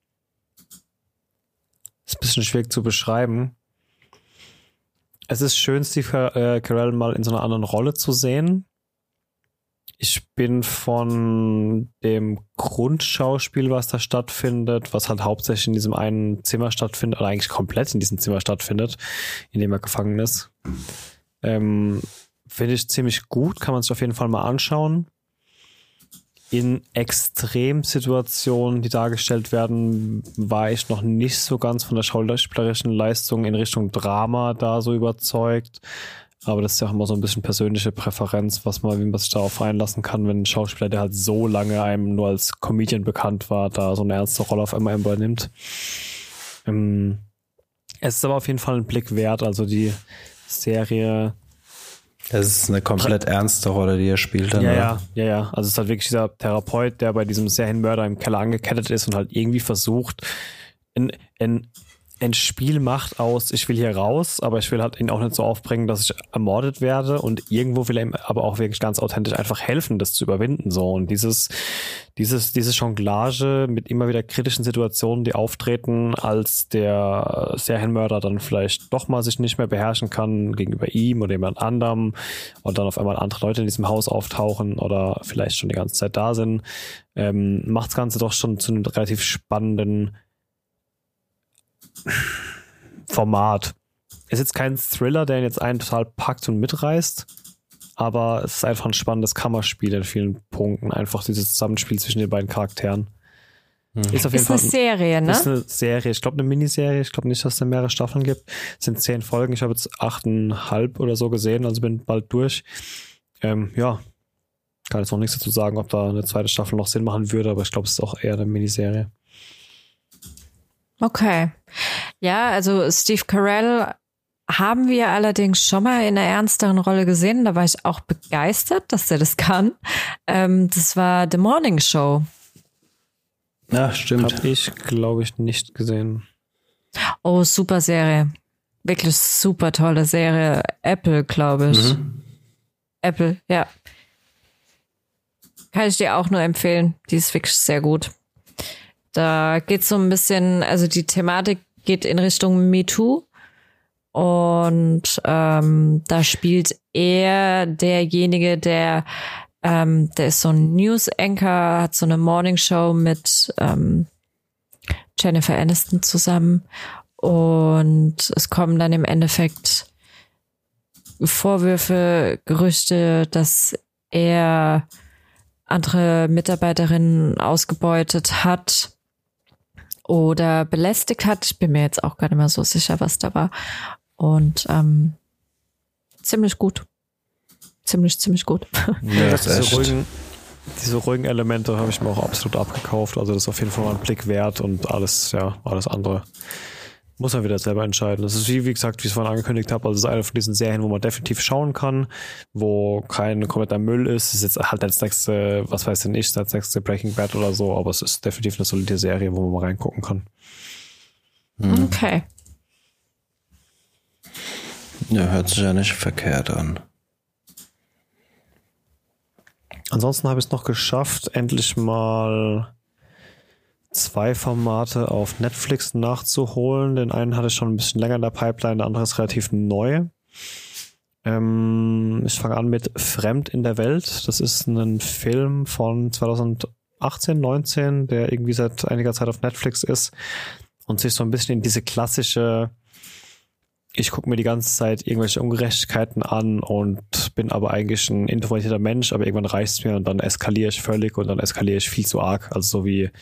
ist ein bisschen schwierig zu beschreiben. Es ist schön, Steve Carell mal in so einer anderen Rolle zu sehen. Ich bin von dem Grundschauspiel, was da stattfindet, was halt hauptsächlich in diesem einen Zimmer stattfindet, oder eigentlich komplett in diesem Zimmer stattfindet, in dem er gefangen ist, ähm, finde ich ziemlich gut, kann man sich auf jeden Fall mal anschauen. In Extremsituationen, die dargestellt werden, war ich noch nicht so ganz von der schauspielerischen Leistung in Richtung Drama da so überzeugt. Aber das ist ja auch immer so ein bisschen persönliche Präferenz, was man, wie man sich darauf einlassen kann, wenn ein Schauspieler, der halt so lange einem nur als Comedian bekannt war, da so eine ernste Rolle auf einmal übernimmt. Ähm, es ist aber auf jeden Fall ein Blick wert, also die Serie. Es ist eine komplett ernste Rolle, die er spielt. Dann, ja, oder? ja, ja, ja. Also es ist halt wirklich dieser Therapeut, der bei diesem Serienmörder im Keller angekettet ist und halt irgendwie versucht, in, in ein Spiel macht aus, ich will hier raus, aber ich will halt ihn auch nicht so aufbringen, dass ich ermordet werde und irgendwo will er ihm aber auch wirklich ganz authentisch einfach helfen, das zu überwinden, so. Und dieses, dieses, diese Jonglage mit immer wieder kritischen Situationen, die auftreten, als der Serienmörder dann vielleicht doch mal sich nicht mehr beherrschen kann gegenüber ihm oder jemand anderem und dann auf einmal andere Leute in diesem Haus auftauchen oder vielleicht schon die ganze Zeit da sind, ähm, macht das Ganze doch schon zu einem relativ spannenden Format. Ist jetzt kein Thriller, der ihn jetzt einen total packt und mitreißt, aber es ist einfach ein spannendes Kammerspiel in vielen Punkten. Einfach dieses Zusammenspiel zwischen den beiden Charakteren. Mhm. Ist auf jeden ist Fall eine Serie, ne? Ist eine Serie. Ich glaube, eine Miniserie. Ich glaube nicht, dass es da mehrere Staffeln gibt. Es sind zehn Folgen. Ich habe jetzt achteinhalb oder so gesehen, also bin bald durch. Ähm, ja, kann jetzt noch nichts dazu sagen, ob da eine zweite Staffel noch Sinn machen würde, aber ich glaube, es ist auch eher eine Miniserie. Okay. Ja, also Steve Carell haben wir allerdings schon mal in einer ernsteren Rolle gesehen. Da war ich auch begeistert, dass er das kann. Ähm, das war The Morning Show. Ja, stimmt. Hab ich, glaube ich, nicht gesehen. Oh, super Serie. Wirklich super tolle Serie. Apple, glaube ich. Mhm. Apple, ja. Kann ich dir auch nur empfehlen. Die ist wirklich sehr gut. Da geht so ein bisschen, also die Thematik geht in Richtung MeToo und ähm, da spielt er derjenige, der ähm, der ist so ein News-Anchor, hat so eine Morningshow mit ähm, Jennifer Aniston zusammen und es kommen dann im Endeffekt Vorwürfe, Gerüchte, dass er andere Mitarbeiterinnen ausgebeutet hat oder belästigt hat. Ich bin mir jetzt auch gar nicht mehr so sicher, was da war. Und ähm, ziemlich gut. Ziemlich, ziemlich gut. Ja, das ist diese, ruhigen, diese ruhigen Elemente habe ich mir auch absolut abgekauft. Also das ist auf jeden Fall mal ein Blick wert und alles, ja, alles andere muss man wieder selber entscheiden. Das ist wie, wie gesagt, wie ich es vorhin angekündigt habe, also es ist eine von diesen Serien, wo man definitiv schauen kann, wo kein kompletter Müll ist. Es ist jetzt halt das nächste, was weiß denn ich, das nächste Breaking Bad oder so, aber es ist definitiv eine solide Serie, wo man mal reingucken kann. Mhm. Okay. Ja, hört sich ja nicht verkehrt an. Ansonsten habe ich es noch geschafft, endlich mal zwei Formate auf Netflix nachzuholen. Den einen hatte ich schon ein bisschen länger in der Pipeline, der andere ist relativ neu. Ähm, ich fange an mit Fremd in der Welt. Das ist ein Film von zweitausendachtzehn, neunzehn, der irgendwie seit einiger Zeit auf Netflix ist und sich so ein bisschen in diese klassische, ich gucke mir die ganze Zeit irgendwelche Ungerechtigkeiten an und bin aber eigentlich ein introvertierter Mensch, aber irgendwann reicht's mir und dann eskaliere ich völlig und dann eskaliere ich viel zu arg. Also so wie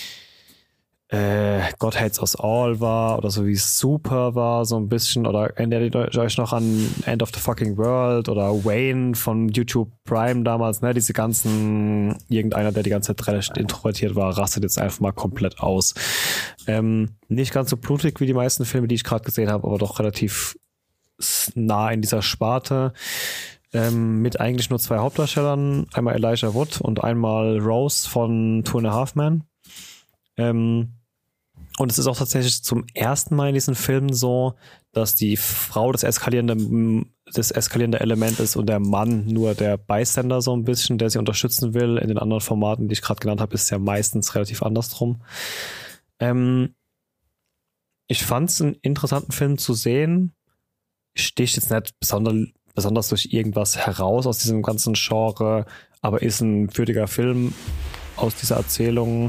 äh, God Hates Us All war oder so wie Super war, so ein bisschen, oder erinnert ihr euch noch an End of the Fucking World oder Wayne von YouTube Prime damals, ne, diese ganzen, irgendeiner, der die ganze Zeit relativ introvertiert war, rastet jetzt einfach mal komplett aus. Ähm, nicht ganz so blutig wie die meisten Filme, die ich gerade gesehen habe, aber doch relativ nah in dieser Sparte. Ähm, mit eigentlich nur zwei Hauptdarstellern, einmal Elijah Wood und einmal Rose von Two and a Half Men. Ähm, und es ist auch tatsächlich zum ersten Mal in diesen Filmen so, dass die Frau das eskalierende, das eskalierende Element ist und der Mann nur der Bystander so ein bisschen, der sie unterstützen will. In den anderen Formaten, die ich gerade genannt habe, ist es ja meistens relativ andersrum. Ähm, ich fand es einen interessanten Film zu sehen. Sticht jetzt nicht besonders, besonders durch irgendwas heraus aus diesem ganzen Genre, aber ist ein würdiger Film aus dieser Erzählung.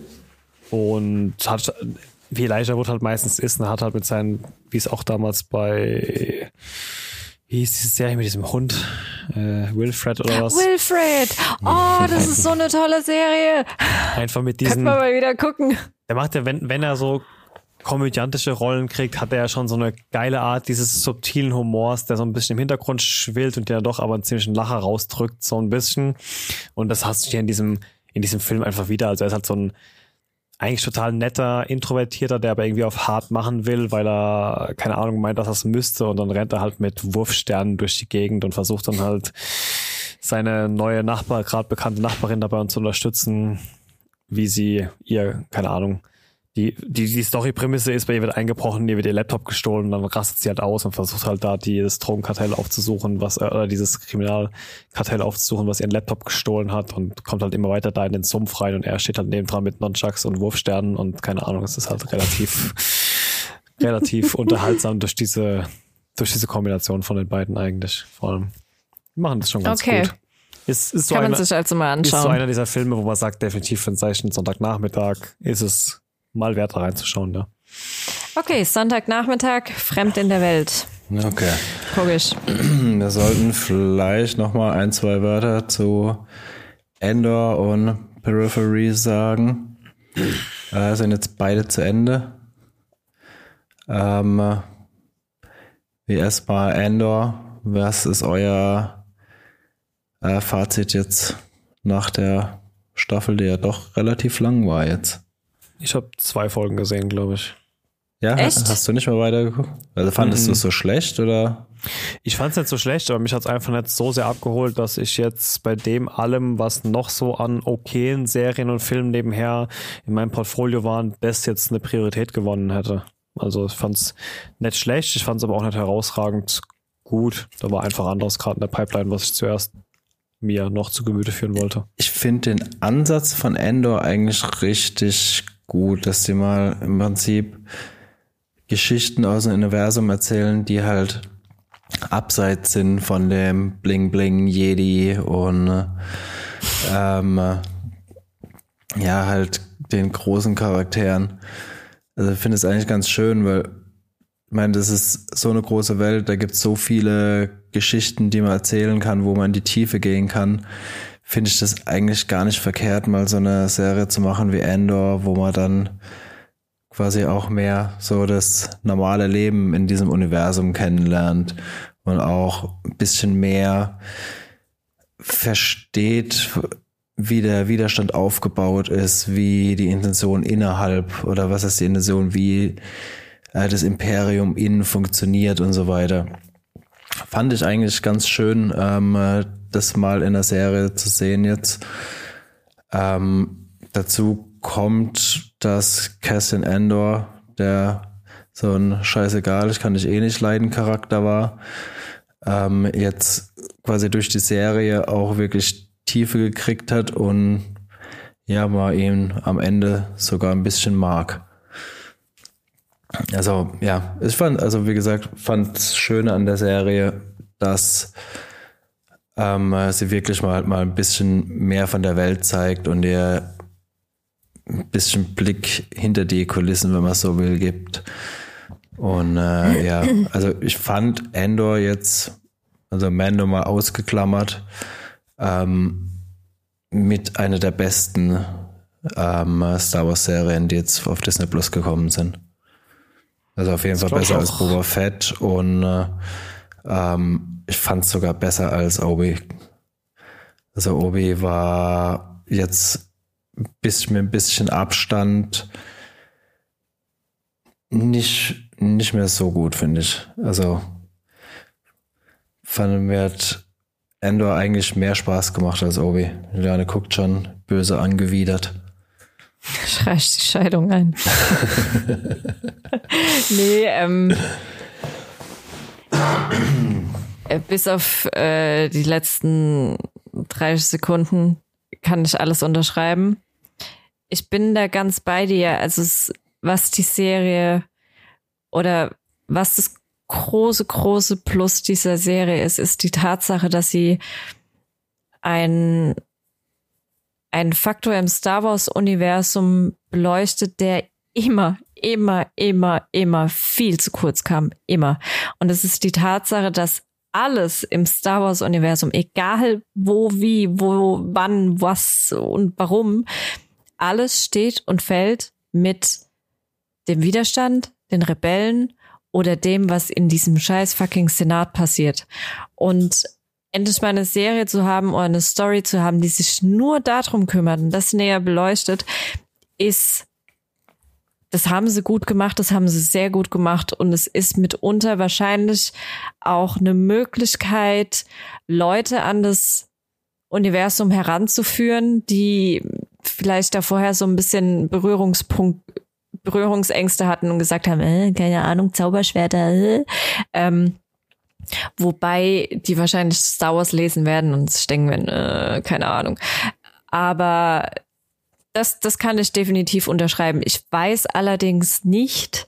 Und hat, wie Elijah Wood halt meistens ist, und hat halt mit seinen, wie es auch damals bei, wie hieß diese Serie mit diesem Hund, äh, Wilfred oder was? Wilfred! Oh, das ist so eine tolle Serie. Einfach mit diesen. Können wir mal wieder gucken. Der macht ja, wenn, wenn er so komödiantische Rollen kriegt, hat er ja schon so eine geile Art dieses subtilen Humors, der so ein bisschen im Hintergrund schwillt und der doch aber einen ziemlichen Lacher rausdrückt, so ein bisschen. Und das hast du hier in diesem, in diesem Film einfach wieder. Also er ist halt so ein eigentlich total netter, Introvertierter, der aber irgendwie auf hart machen will, weil er, keine Ahnung, meint, dass er es müsste, und dann rennt er halt mit Wurfsternen durch die Gegend und versucht dann halt seine neue Nachbar, gerade bekannte Nachbarin dabei zu unterstützen, wie sie ihr, keine Ahnung, die die die Story-Prämisse ist, bei ihr wird eingebrochen, ihr wird ihr Laptop gestohlen, dann rastet sie halt aus und versucht halt da dieses Drogenkartell aufzusuchen, was oder dieses Kriminalkartell aufzusuchen, was ihren Laptop gestohlen hat, und kommt halt immer weiter da in den Sumpf rein und er steht halt nebendran mit Nunchucks und Wurfsternen und keine Ahnung, es ist halt relativ relativ unterhaltsam durch diese durch diese Kombination von den beiden eigentlich. Vor allem die machen das schon ganz okay. gut. Ist, ist so Kann man einer, sich also mal anschauen. Ist so einer dieser Filme, wo man sagt, definitiv für einen seichten Sonntagnachmittag ist es mal wert, da reinzuschauen, ja. Okay, Sonntagnachmittag, Fremd in der Welt. Okay. Guck ich. Wir sollten vielleicht nochmal ein, zwei Wörter zu Andor und Periphery sagen. Äh, sind jetzt beide zu Ende. Ähm, wie erstmal Andor. Was ist euer äh, Fazit jetzt nach der Staffel, die ja doch relativ lang war jetzt? Ich habe zwei Folgen gesehen, glaube ich. Ja, echt? Hast du nicht mal weitergeguckt? Also fandest mhm. du es so schlecht, oder? Ich fand es nicht so schlecht, aber mich hat es einfach nicht so sehr abgeholt, dass ich jetzt bei dem allem, was noch so an okayen Serien und Filmen nebenher in meinem Portfolio waren, das jetzt eine Priorität gewonnen hätte. Also ich fand es nicht schlecht, ich fand es aber auch nicht herausragend gut. Da war einfach anderes gerade in der Pipeline, was ich zuerst mir noch zu Gemüte führen wollte. Ich finde den Ansatz von Andor eigentlich richtig gut, dass die mal im Prinzip Geschichten aus dem Universum erzählen, die halt abseits sind von dem Bling Bling Jedi und ähm, ja, halt den großen Charakteren. Also ich finde es eigentlich ganz schön, weil ich meine, das ist so eine große Welt, da gibt es so viele Geschichten, die man erzählen kann, wo man in die Tiefe gehen kann. Finde ich das eigentlich gar nicht verkehrt, mal so eine Serie zu machen wie Andor, wo man dann quasi auch mehr so das normale Leben in diesem Universum kennenlernt und auch ein bisschen mehr versteht, wie der Widerstand aufgebaut ist, wie die Intention innerhalb oder was ist die Intention, wie äh, das Imperium innen funktioniert und so weiter. Fand ich eigentlich ganz schön, ähm, das mal in der Serie zu sehen jetzt. Ähm, dazu kommt, dass Cassian Andor, der so ein scheißegal, ich kann dich eh nicht leiden Charakter war, ähm, jetzt quasi durch die Serie auch wirklich Tiefe gekriegt hat und ja, man ihn am Ende sogar ein bisschen mag. Also, ja, ich fand, also wie gesagt, fand es schön an der Serie, dass ähm, sie wirklich mal, mal ein bisschen mehr von der Welt zeigt und ihr ein bisschen Blick hinter die Kulissen, wenn man so will, gibt. Und äh, ja, also ich fand Andor jetzt, also Mando mal ausgeklammert, ähm, mit einer der besten ähm, Star Wars Serien, die jetzt auf Disney Plus gekommen sind. Also auf jeden Fall besser als Boba Fett und äh, ähm, ich fand es sogar besser als Obi. Also Obi war jetzt bis mit ein bisschen Abstand nicht, nicht mehr so gut, finde ich. Also fand mir hat Andor eigentlich mehr Spaß gemacht als Obi. Juliane guckt schon böse angewidert. Ich reiche die Scheidung ein. nee, ähm bis auf äh, die letzten dreißig Sekunden kann ich alles unterschreiben. Ich bin da ganz bei dir. Also es, was die Serie oder was das große, große Plus dieser Serie ist, ist die Tatsache, dass sie ein ein Faktor im Star Wars-Universum beleuchtet, der immer, immer, immer, immer viel zu kurz kam. Immer. Und es ist die Tatsache, dass alles im Star Wars-Universum, egal wo, wie, wo, wann, was und warum, alles steht und fällt mit dem Widerstand, den Rebellen oder dem, was in diesem scheiß fucking Senat passiert. Und endlich mal eine Serie zu haben oder eine Story zu haben, die sich nur darum kümmert und das näher beleuchtet, ist, das haben sie gut gemacht, das haben sie sehr gut gemacht und es ist mitunter wahrscheinlich auch eine Möglichkeit, Leute an das Universum heranzuführen, die vielleicht da vorher so ein bisschen Berührungspunkt, Berührungsängste hatten und gesagt haben, äh, keine Ahnung, Zauberschwerter, äh. ähm, Wobei die wahrscheinlich Star Wars lesen werden und sich denken werden, äh, keine Ahnung. Aber das, das kann ich definitiv unterschreiben. Ich weiß allerdings nicht,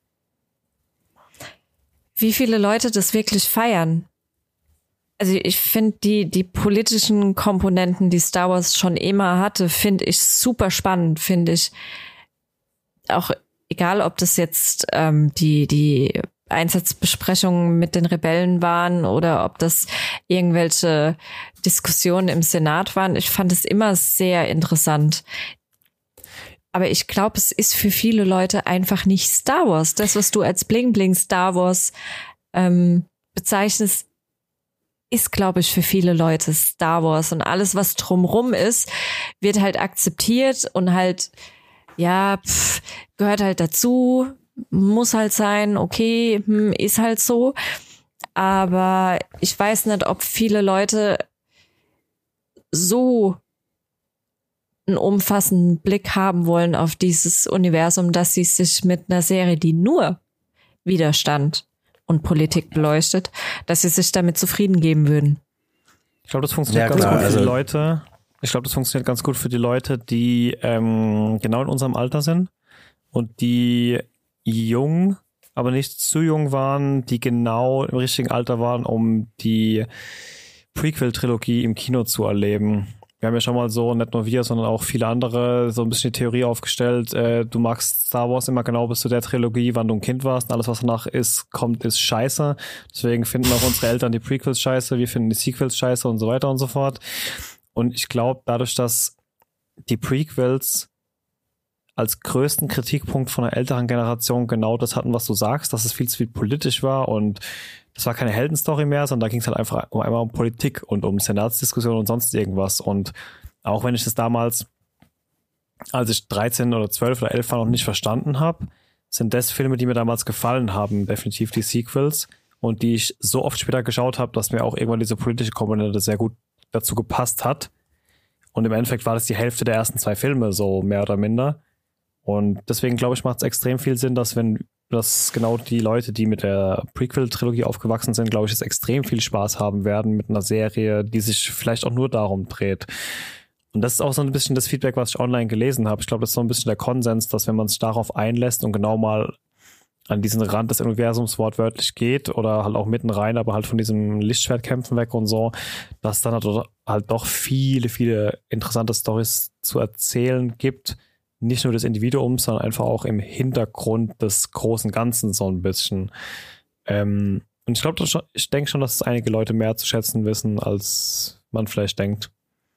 wie viele Leute das wirklich feiern. Also ich finde die, die politischen Komponenten, die Star Wars schon immer hatte, finde ich super spannend, finde ich auch egal, ob das jetzt ähm, die, die Einsatzbesprechungen mit den Rebellen waren oder ob das irgendwelche Diskussionen im Senat waren. Ich fand es immer sehr interessant. Aber ich glaube, es ist für viele Leute einfach nicht Star Wars. Das, was du als Bling-Bling Star Wars ähm, bezeichnest, ist, glaube ich, für viele Leute Star Wars. Und alles, was drumrum ist, wird halt akzeptiert und halt, ja, pff, gehört halt dazu. Muss halt sein, okay, hm, ist halt so. Aber ich weiß nicht, ob viele Leute so einen umfassenden Blick haben wollen auf dieses Universum, dass sie sich mit einer Serie, die nur Widerstand und Politik beleuchtet, dass sie sich damit zufrieden geben würden. Ich glaube, das funktioniert ja, ganz klar, gut für also die Leute. Ich glaube, das funktioniert ganz gut für die Leute, die ähm, genau in unserem Alter sind und die jung, aber nicht zu jung waren, die genau im richtigen Alter waren, um die Prequel-Trilogie im Kino zu erleben. Wir haben ja schon mal so, nicht nur wir, sondern auch viele andere, so ein bisschen die Theorie aufgestellt, äh, du magst Star Wars immer genau bis zu der Trilogie, wann du ein Kind warst, und alles, was danach ist, kommt, ist scheiße. Deswegen finden auch unsere Eltern die Prequels scheiße, wir finden die Sequels scheiße und so weiter und so fort. Und ich glaube, dadurch, dass die Prequels als größten Kritikpunkt von der älteren Generation genau das hatten, was du sagst, dass es viel zu viel politisch war und das war keine Heldenstory mehr, sondern da ging es halt einfach um einmal um Politik und um Senatsdiskussionen und sonst irgendwas. Und auch wenn ich das damals, als ich dreizehn oder zwölf oder elf war, noch nicht verstanden habe, sind das Filme, die mir damals gefallen haben, definitiv die Sequels und die ich so oft später geschaut habe, dass mir auch irgendwann diese politische Komponente sehr gut dazu gepasst hat. Und im Endeffekt war das die Hälfte der ersten zwei Filme, so mehr oder minder. Und deswegen, glaube ich, macht es extrem viel Sinn, dass wenn dass genau die Leute, die mit der Prequel-Trilogie aufgewachsen sind, glaube ich, jetzt extrem viel Spaß haben werden mit einer Serie, die sich vielleicht auch nur darum dreht. Und das ist auch so ein bisschen das Feedback, was ich online gelesen habe. Ich glaube, das ist so ein bisschen der Konsens, dass wenn man sich darauf einlässt und genau mal an diesen Rand des Universums wortwörtlich geht oder halt auch mitten rein, aber halt von diesem Lichtschwertkämpfen weg und so, dass dann halt, halt doch viele, viele interessante Storys zu erzählen gibt. Nicht nur des Individuums, sondern einfach auch im Hintergrund des großen Ganzen so ein bisschen. Ähm, und ich glaube, ich denke schon, dass es einige Leute mehr zu schätzen wissen, als man vielleicht denkt.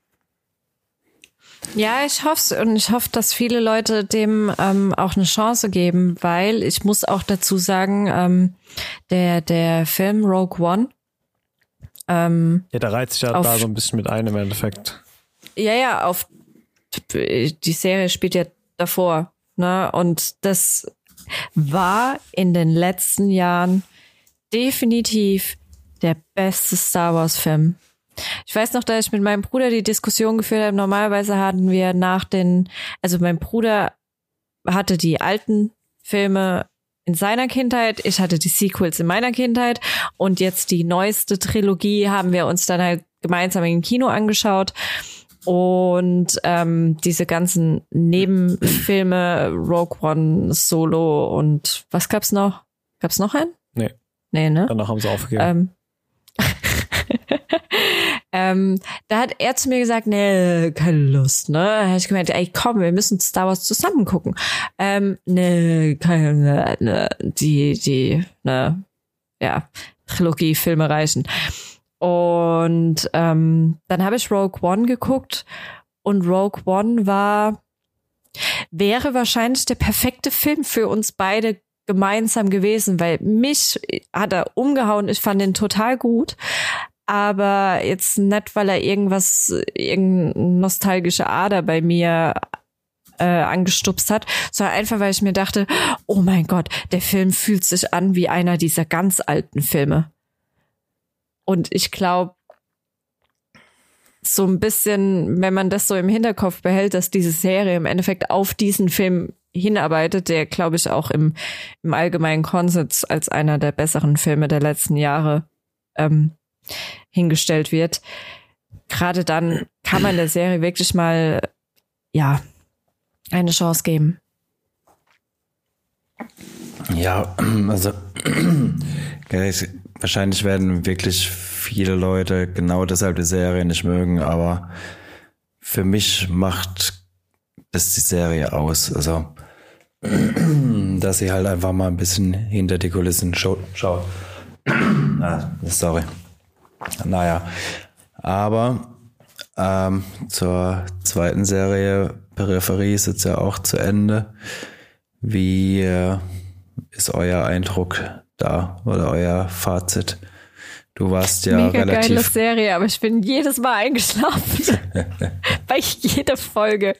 Ja, ich hoffe es und ich hoffe, dass viele Leute dem ähm, auch eine Chance geben, weil ich muss auch dazu sagen, ähm, der der Film Rogue One. Ähm, ja, der reizt sich ja auf, da so ein bisschen mit ein im Endeffekt. Ja, ja, auf die Serie spielt ja davor, ne? Und das war in den letzten Jahren definitiv der beste Star Wars Film. Ich weiß noch, da ich mit meinem Bruder die Diskussion geführt habe, normalerweise hatten wir nach den, also mein Bruder hatte die alten Filme in seiner Kindheit, ich hatte die Sequels in meiner Kindheit und jetzt die neueste Trilogie haben wir uns dann halt gemeinsam im Kino angeschaut und ähm, diese ganzen Nebenfilme, Rogue One, Solo und was gab's noch? Gab's noch einen? Nee. Nee, ne? Danach haben sie aufgegeben. Ähm, ähm, da hat er zu mir gesagt, nee, keine Lust, ne? Da habe ich gemeint, ey, komm, wir müssen Star Wars zusammen gucken. Ähm, nee, keine, ne, die, die, ne, ja, Trilogie-Filme reichen. Und ähm, dann habe ich Rogue One geguckt und Rogue One war, wäre wahrscheinlich der perfekte Film für uns beide gemeinsam gewesen, weil mich hat er umgehauen, ich fand ihn total gut, aber jetzt nicht, weil er irgendwas, irgendeine nostalgische Ader bei mir äh, angestupst hat, sondern einfach, weil ich mir dachte, oh mein Gott, der Film fühlt sich an wie einer dieser ganz alten Filme. Und ich glaube, so ein bisschen, wenn man das so im Hinterkopf behält, dass diese Serie im Endeffekt auf diesen Film hinarbeitet, der, glaube ich, auch im, im allgemeinen Konsens als einer der besseren Filme der letzten Jahre ähm, hingestellt wird. Gerade dann kann man der Serie wirklich mal, ja, eine Chance geben. Ja, also wahrscheinlich werden wirklich viele Leute genau deshalb die Serie nicht mögen, aber für mich macht das die Serie aus. Also, dass sie halt einfach mal ein bisschen hinter die Kulissen schaut. Schau. Ah, sorry. Naja, aber ähm, zur zweiten Serie, Peripherie, ist jetzt ja auch zu Ende. Wie äh, ist euer Eindruck da oder euer Fazit? Du warst ja Mega relativ... geile Serie, aber ich bin jedes Mal eingeschlafen. Bei jeder Folge.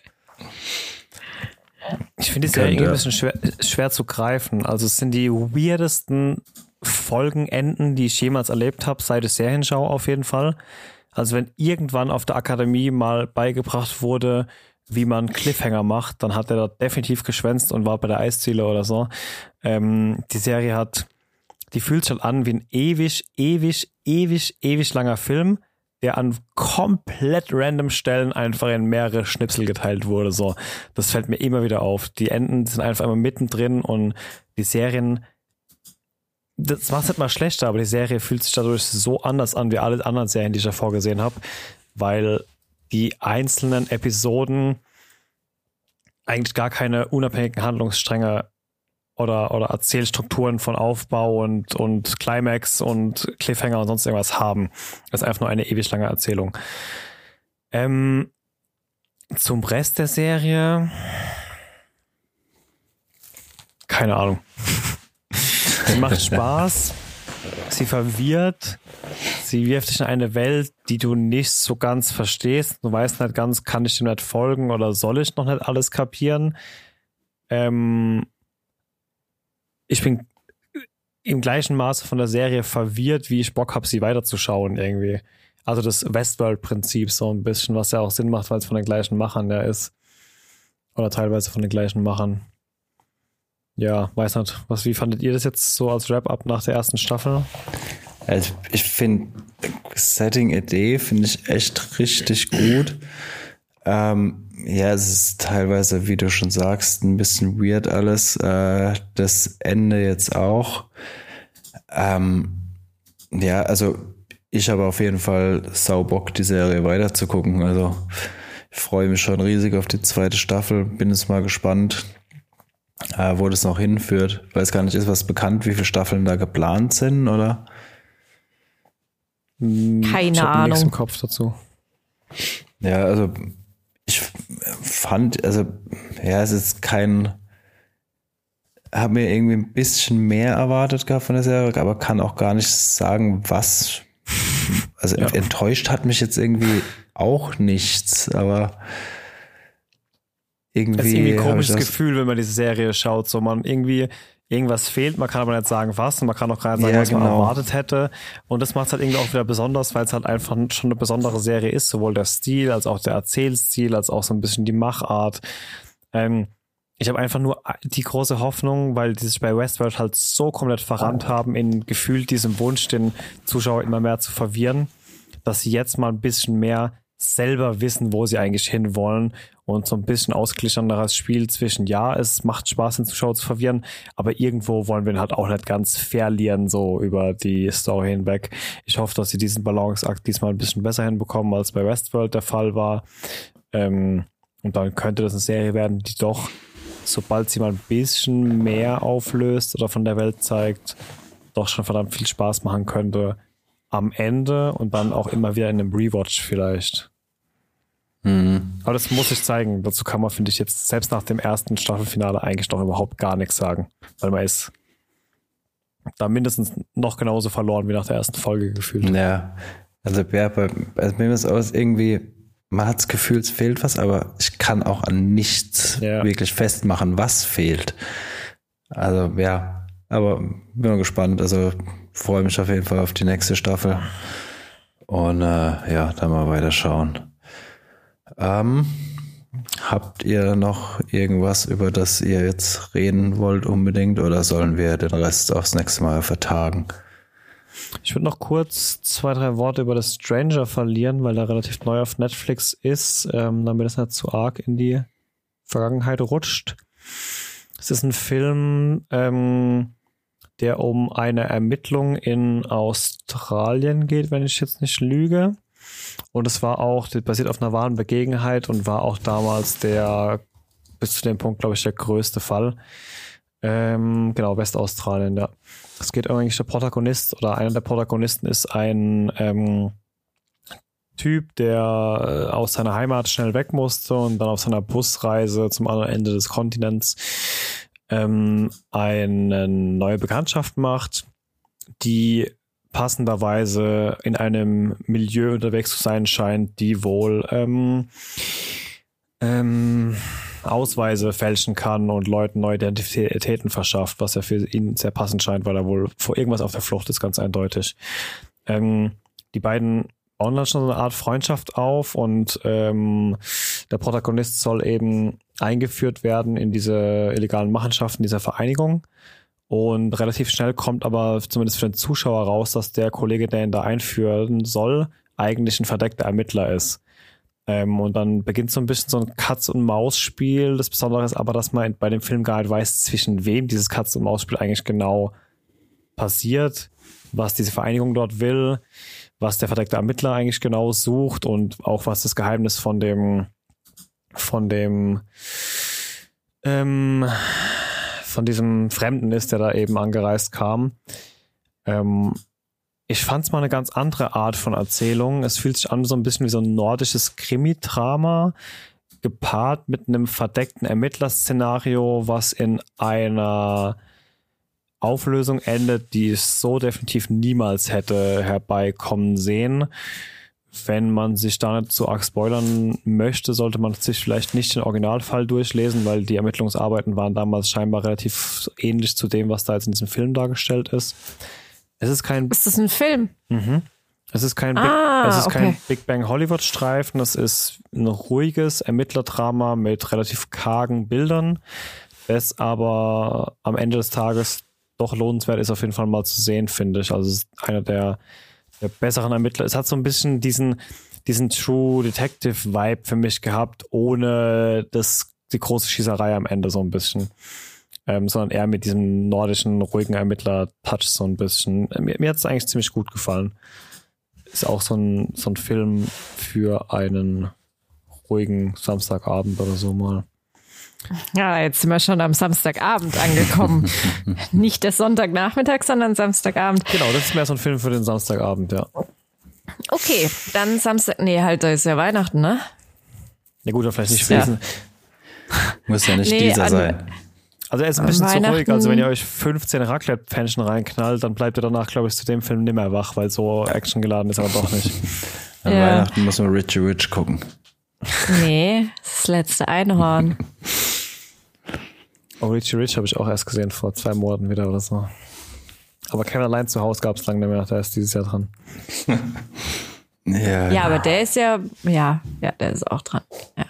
Ich finde die Serie irgendwie ein bisschen schwer, schwer zu greifen. Also es sind die weirdesten Folgenenden, die ich jemals erlebt habe, seit ich Serien schaue auf jeden Fall. Also wenn irgendwann auf der Akademie mal beigebracht wurde, wie man Cliffhanger macht, dann hat er da definitiv geschwänzt und war bei der Eisziele oder so. Ähm, die Serie hat, die fühlt sich halt an wie ein ewig, ewig, ewig, ewig langer Film, der an komplett random Stellen einfach in mehrere Schnipsel geteilt wurde. So, das fällt mir immer wieder auf. Die Enden sind einfach immer mittendrin und die Serien, das macht es nicht mal schlechter, aber die Serie fühlt sich dadurch so anders an wie alle anderen Serien, die ich davor gesehen habe, weil die einzelnen Episoden eigentlich gar keine unabhängigen Handlungsstränge oder, oder Erzählstrukturen von Aufbau und, und Climax und Cliffhanger und sonst irgendwas haben. Das ist einfach nur eine ewig lange Erzählung. Ähm, zum Rest der Serie keine Ahnung. Sie macht Spaß, sie verwirrt, sie wirft dich in eine Welt, die du nicht so ganz verstehst. Du weißt nicht ganz, kann ich dem nicht folgen oder soll ich noch nicht alles kapieren? Ähm, ich bin im gleichen Maße von der Serie verwirrt, wie ich Bock habe, sie weiterzuschauen irgendwie. Also das Westworld-Prinzip so ein bisschen, was ja auch Sinn macht, weil es von den gleichen Machern ja ist. Oder teilweise von den gleichen Machern. Ja, weiß nicht. Was, wie fandet ihr das jetzt so als Wrap-up nach der ersten Staffel? Also ich finde Setting-Idee finde ich echt richtig gut. Ähm, ja, es ist teilweise, wie du schon sagst, ein bisschen weird alles. Äh, das Ende jetzt auch. Ähm, ja, also ich habe auf jeden Fall sau Bock, die Serie weiter zu gucken. Also ich freue mich schon riesig auf die zweite Staffel. Bin jetzt mal gespannt, äh, wo das noch hinführt. Ich weiß gar nicht, ist was bekannt, wie viele Staffeln da geplant sind, oder? Keine ich hab Ahnung. Nichts im Kopf dazu. Ja, also ich fand, also ja, es ist kein, habe mir irgendwie ein bisschen mehr erwartet gehabt von der Serie, aber kann auch gar nicht sagen, was. Also ja. enttäuscht hat mich jetzt irgendwie auch nichts, aber irgendwie. Es ist irgendwie ein komisches das Gefühl, wenn man diese Serie schaut, so man irgendwie irgendwas fehlt, man kann aber nicht sagen, was, und man kann auch gar nicht sagen, Ja, was man genau. erwartet hätte. Und das macht es halt irgendwie auch wieder besonders, weil es halt einfach schon eine besondere Serie ist, sowohl der Stil, als auch der Erzählstil, als auch so ein bisschen die Machart. Ähm, ich habe einfach nur die große Hoffnung, weil die sich bei Westworld halt so komplett verrannt haben in gefühlt diesem Wunsch, den Zuschauer immer mehr zu verwirren, dass sie jetzt mal ein bisschen mehr selber wissen, wo sie eigentlich hinwollen, und so ein bisschen ausgeglichenderes Spiel zwischen, ja, es macht Spaß, den Zuschauer zu verwirren, aber irgendwo wollen wir ihn halt auch nicht ganz verlieren, so über die Story hinweg. Ich hoffe, dass sie diesen Balanceakt diesmal ein bisschen besser hinbekommen, als bei Westworld der Fall war. Ähm, und dann könnte das eine Serie werden, die doch, sobald sie mal ein bisschen mehr auflöst oder von der Welt zeigt, doch schon verdammt viel Spaß machen könnte am Ende und dann auch immer wieder in einem Rewatch vielleicht. Mhm. Aber das muss ich zeigen. Dazu kann man, finde ich, jetzt selbst nach dem ersten Staffelfinale eigentlich noch überhaupt gar nichts sagen. Weil man ist da mindestens noch genauso verloren wie nach der ersten Folge gefühlt. Ja, also, ja, bei, also bei mir ist aus irgendwie, man hat das Gefühl, es fehlt was, aber ich kann auch an nichts Ja. wirklich festmachen, was fehlt. Also ja, aber bin mal gespannt. Also freue mich auf jeden Fall auf die nächste Staffel. Und äh, ja, dann mal weiterschauen. Ähm, habt ihr noch irgendwas, über das ihr jetzt reden wollt unbedingt, oder sollen wir den Rest aufs nächste Mal vertagen? Ich würde noch kurz zwei, drei Worte über das Stranger verlieren, weil er relativ neu auf Netflix ist, ähm, damit es nicht zu arg in die Vergangenheit rutscht. Es ist ein Film, ähm, der um eine Ermittlung in Australien geht, wenn ich jetzt nicht lüge. Und es war auch, das basiert auf einer wahren Begebenheit und war auch damals der, bis zu dem Punkt, glaube ich, der größte Fall. Ähm, genau, Westaustralien, ja. Es geht eigentlich, der Protagonist oder einer der Protagonisten ist ein ähm, Typ, der äh, aus seiner Heimat schnell weg musste und dann auf seiner Busreise zum anderen Ende des Kontinents ähm, eine neue Bekanntschaft macht, die passenderweise in einem Milieu unterwegs zu sein scheint, die wohl ähm, ähm, Ausweise fälschen kann und Leuten neue Identitäten verschafft, was ja für ihn sehr passend scheint, weil er wohl vor irgendwas auf der Flucht ist, ganz eindeutig. Ähm, die beiden bauen dann schon so eine Art Freundschaft auf und ähm, der Protagonist soll eben eingeführt werden in diese illegalen Machenschaften dieser Vereinigung. Und relativ schnell kommt aber zumindest für den Zuschauer raus, dass der Kollege, der ihn da einführen soll, eigentlich ein verdeckter Ermittler ist. Ähm, und dann beginnt so ein bisschen so ein Katz-und-Maus-Spiel. Das Besondere ist aber, dass man bei dem Film gar nicht weiß, zwischen wem dieses Katz-und-Maus-Spiel eigentlich genau passiert, was diese Vereinigung dort will, was der verdeckte Ermittler eigentlich genau sucht und auch was das Geheimnis von dem von dem ähm, von diesem Fremden ist, der da eben angereist kam. Ähm, ich fand es mal eine ganz andere Art von Erzählung. Es fühlt sich an so ein bisschen wie so ein nordisches Krimi-Drama, gepaart mit einem verdeckten Ermittlerszenario, was in einer Auflösung endet, die es so definitiv niemals hätte herbeikommen sehen. Wenn man sich da nicht so arg spoilern möchte, sollte man sich vielleicht nicht den Originalfall durchlesen, weil die Ermittlungsarbeiten waren damals scheinbar relativ ähnlich zu dem, was da jetzt in diesem Film dargestellt ist. Es ist kein... Ist das ein Film? Mhm. Es ist kein, ah, Big, es ist okay. kein Big Bang Hollywood-Streifen, es ist ein ruhiges Ermittlerdrama mit relativ kargen Bildern, es aber am Ende des Tages doch lohnenswert ist, auf jeden Fall mal zu sehen, finde ich. Also es ist einer der, der besseren Ermittler. Es hat so ein bisschen diesen, diesen True Detective Vibe für mich gehabt, ohne das, die große Schießerei am Ende so ein bisschen. Ähm, sondern eher mit diesem nordischen, ruhigen Ermittler-Touch so ein bisschen. Mir, mir hat es eigentlich ziemlich gut gefallen. Ist auch so ein, so ein Film für einen ruhigen Samstagabend oder so mal. Ja, jetzt sind wir schon am Samstagabend angekommen. Nicht der Sonntagnachmittag, sondern Samstagabend. Genau, das ist mehr so ein Film für den Samstagabend, ja. Okay, dann Samstag, nee, halt, da ist ja Weihnachten, ne? Ja gut, dann vielleicht nicht Ja. lesen. Muss ja nicht Nee, dieser an- sein. Also er ist ein bisschen zu Weihnachten- ruhig, also wenn ihr euch fünfzehn Raclette-Pfännchen reinknallt, dann bleibt ihr danach, glaube ich, zu dem Film nimmer wach, weil so actiongeladen ist er doch nicht. An Ja. Weihnachten muss man Richie Rich gucken. Nee, das letzte Einhorn. Oh, Richie Rich habe ich auch erst gesehen, vor zwei Monaten wieder oder so. Aber Kevin allein zu Hause gab es lange nicht mehr, der ist dieses Jahr dran. Ja, Ja, aber der ist ja, ja, ja, der ist auch dran. Ja.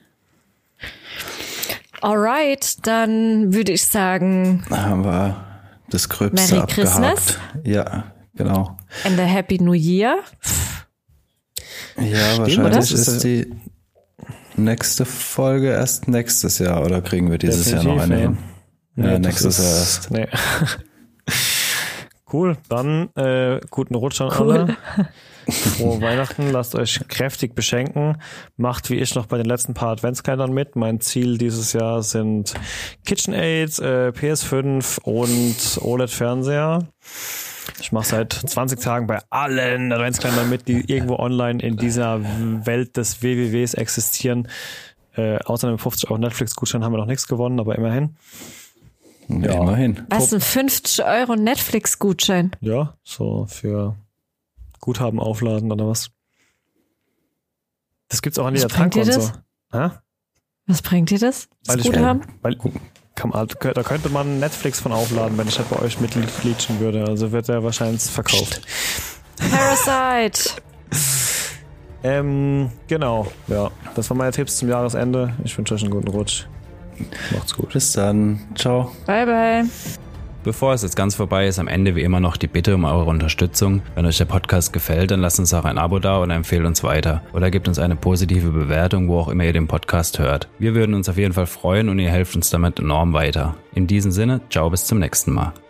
Alright, dann würde ich sagen, haben wir das Gröbste Merry Christmas. abgehakt. Ja, genau. and a Happy New Year. Ja, oder? wahrscheinlich Ist ist die nächste Folge erst nächstes Jahr oder kriegen wir dieses Jahr noch eine hin? Ja, das nächstes Jahr ist- erst. Nee. Cool, dann äh, guten Rutsch an Cool. alle. Frohe Weihnachten, lasst euch kräftig beschenken. Macht wie ich noch bei den letzten paar Adventskalendern mit. Mein Ziel dieses Jahr sind KitchenAid, äh, P S fünf und O L E D-Fernseher. Ich mache seit zwanzig Tagen bei allen Adventskalendern mit, die irgendwo online in dieser Welt des W W Ws existieren. Äh, außer einem fünfzig Euro Netflix-Gutschein haben wir noch nichts gewonnen, aber immerhin. Ja, Ja. immerhin. Was, ein fünfzig Euro Netflix-Gutschein? Ja, so für Guthaben aufladen oder was. Das gibt's auch an Was jeder bringt dir Tank und so. Hä? Was bringt dir das? Weil Das ich- Guthaben? Weil kann man, da könnte man Netflix von aufladen, wenn ich halt bei euch mitgliedschen würde. Also wird er wahrscheinlich verkauft. Parasite. Ähm, genau. Ja, das waren meine Tipps zum Jahresende. Ich wünsche euch einen guten Rutsch. Macht's gut. Bis dann. Ciao. Bye, bye. Bevor es jetzt ganz vorbei ist, am Ende wie immer noch die Bitte um eure Unterstützung. Wenn euch der Podcast gefällt, dann lasst uns auch ein Abo da und empfehlt uns weiter. Oder gebt uns eine positive Bewertung, wo auch immer ihr den Podcast hört. Wir würden uns auf jeden Fall freuen und ihr helft uns damit enorm weiter. In diesem Sinne, ciao, bis zum nächsten Mal.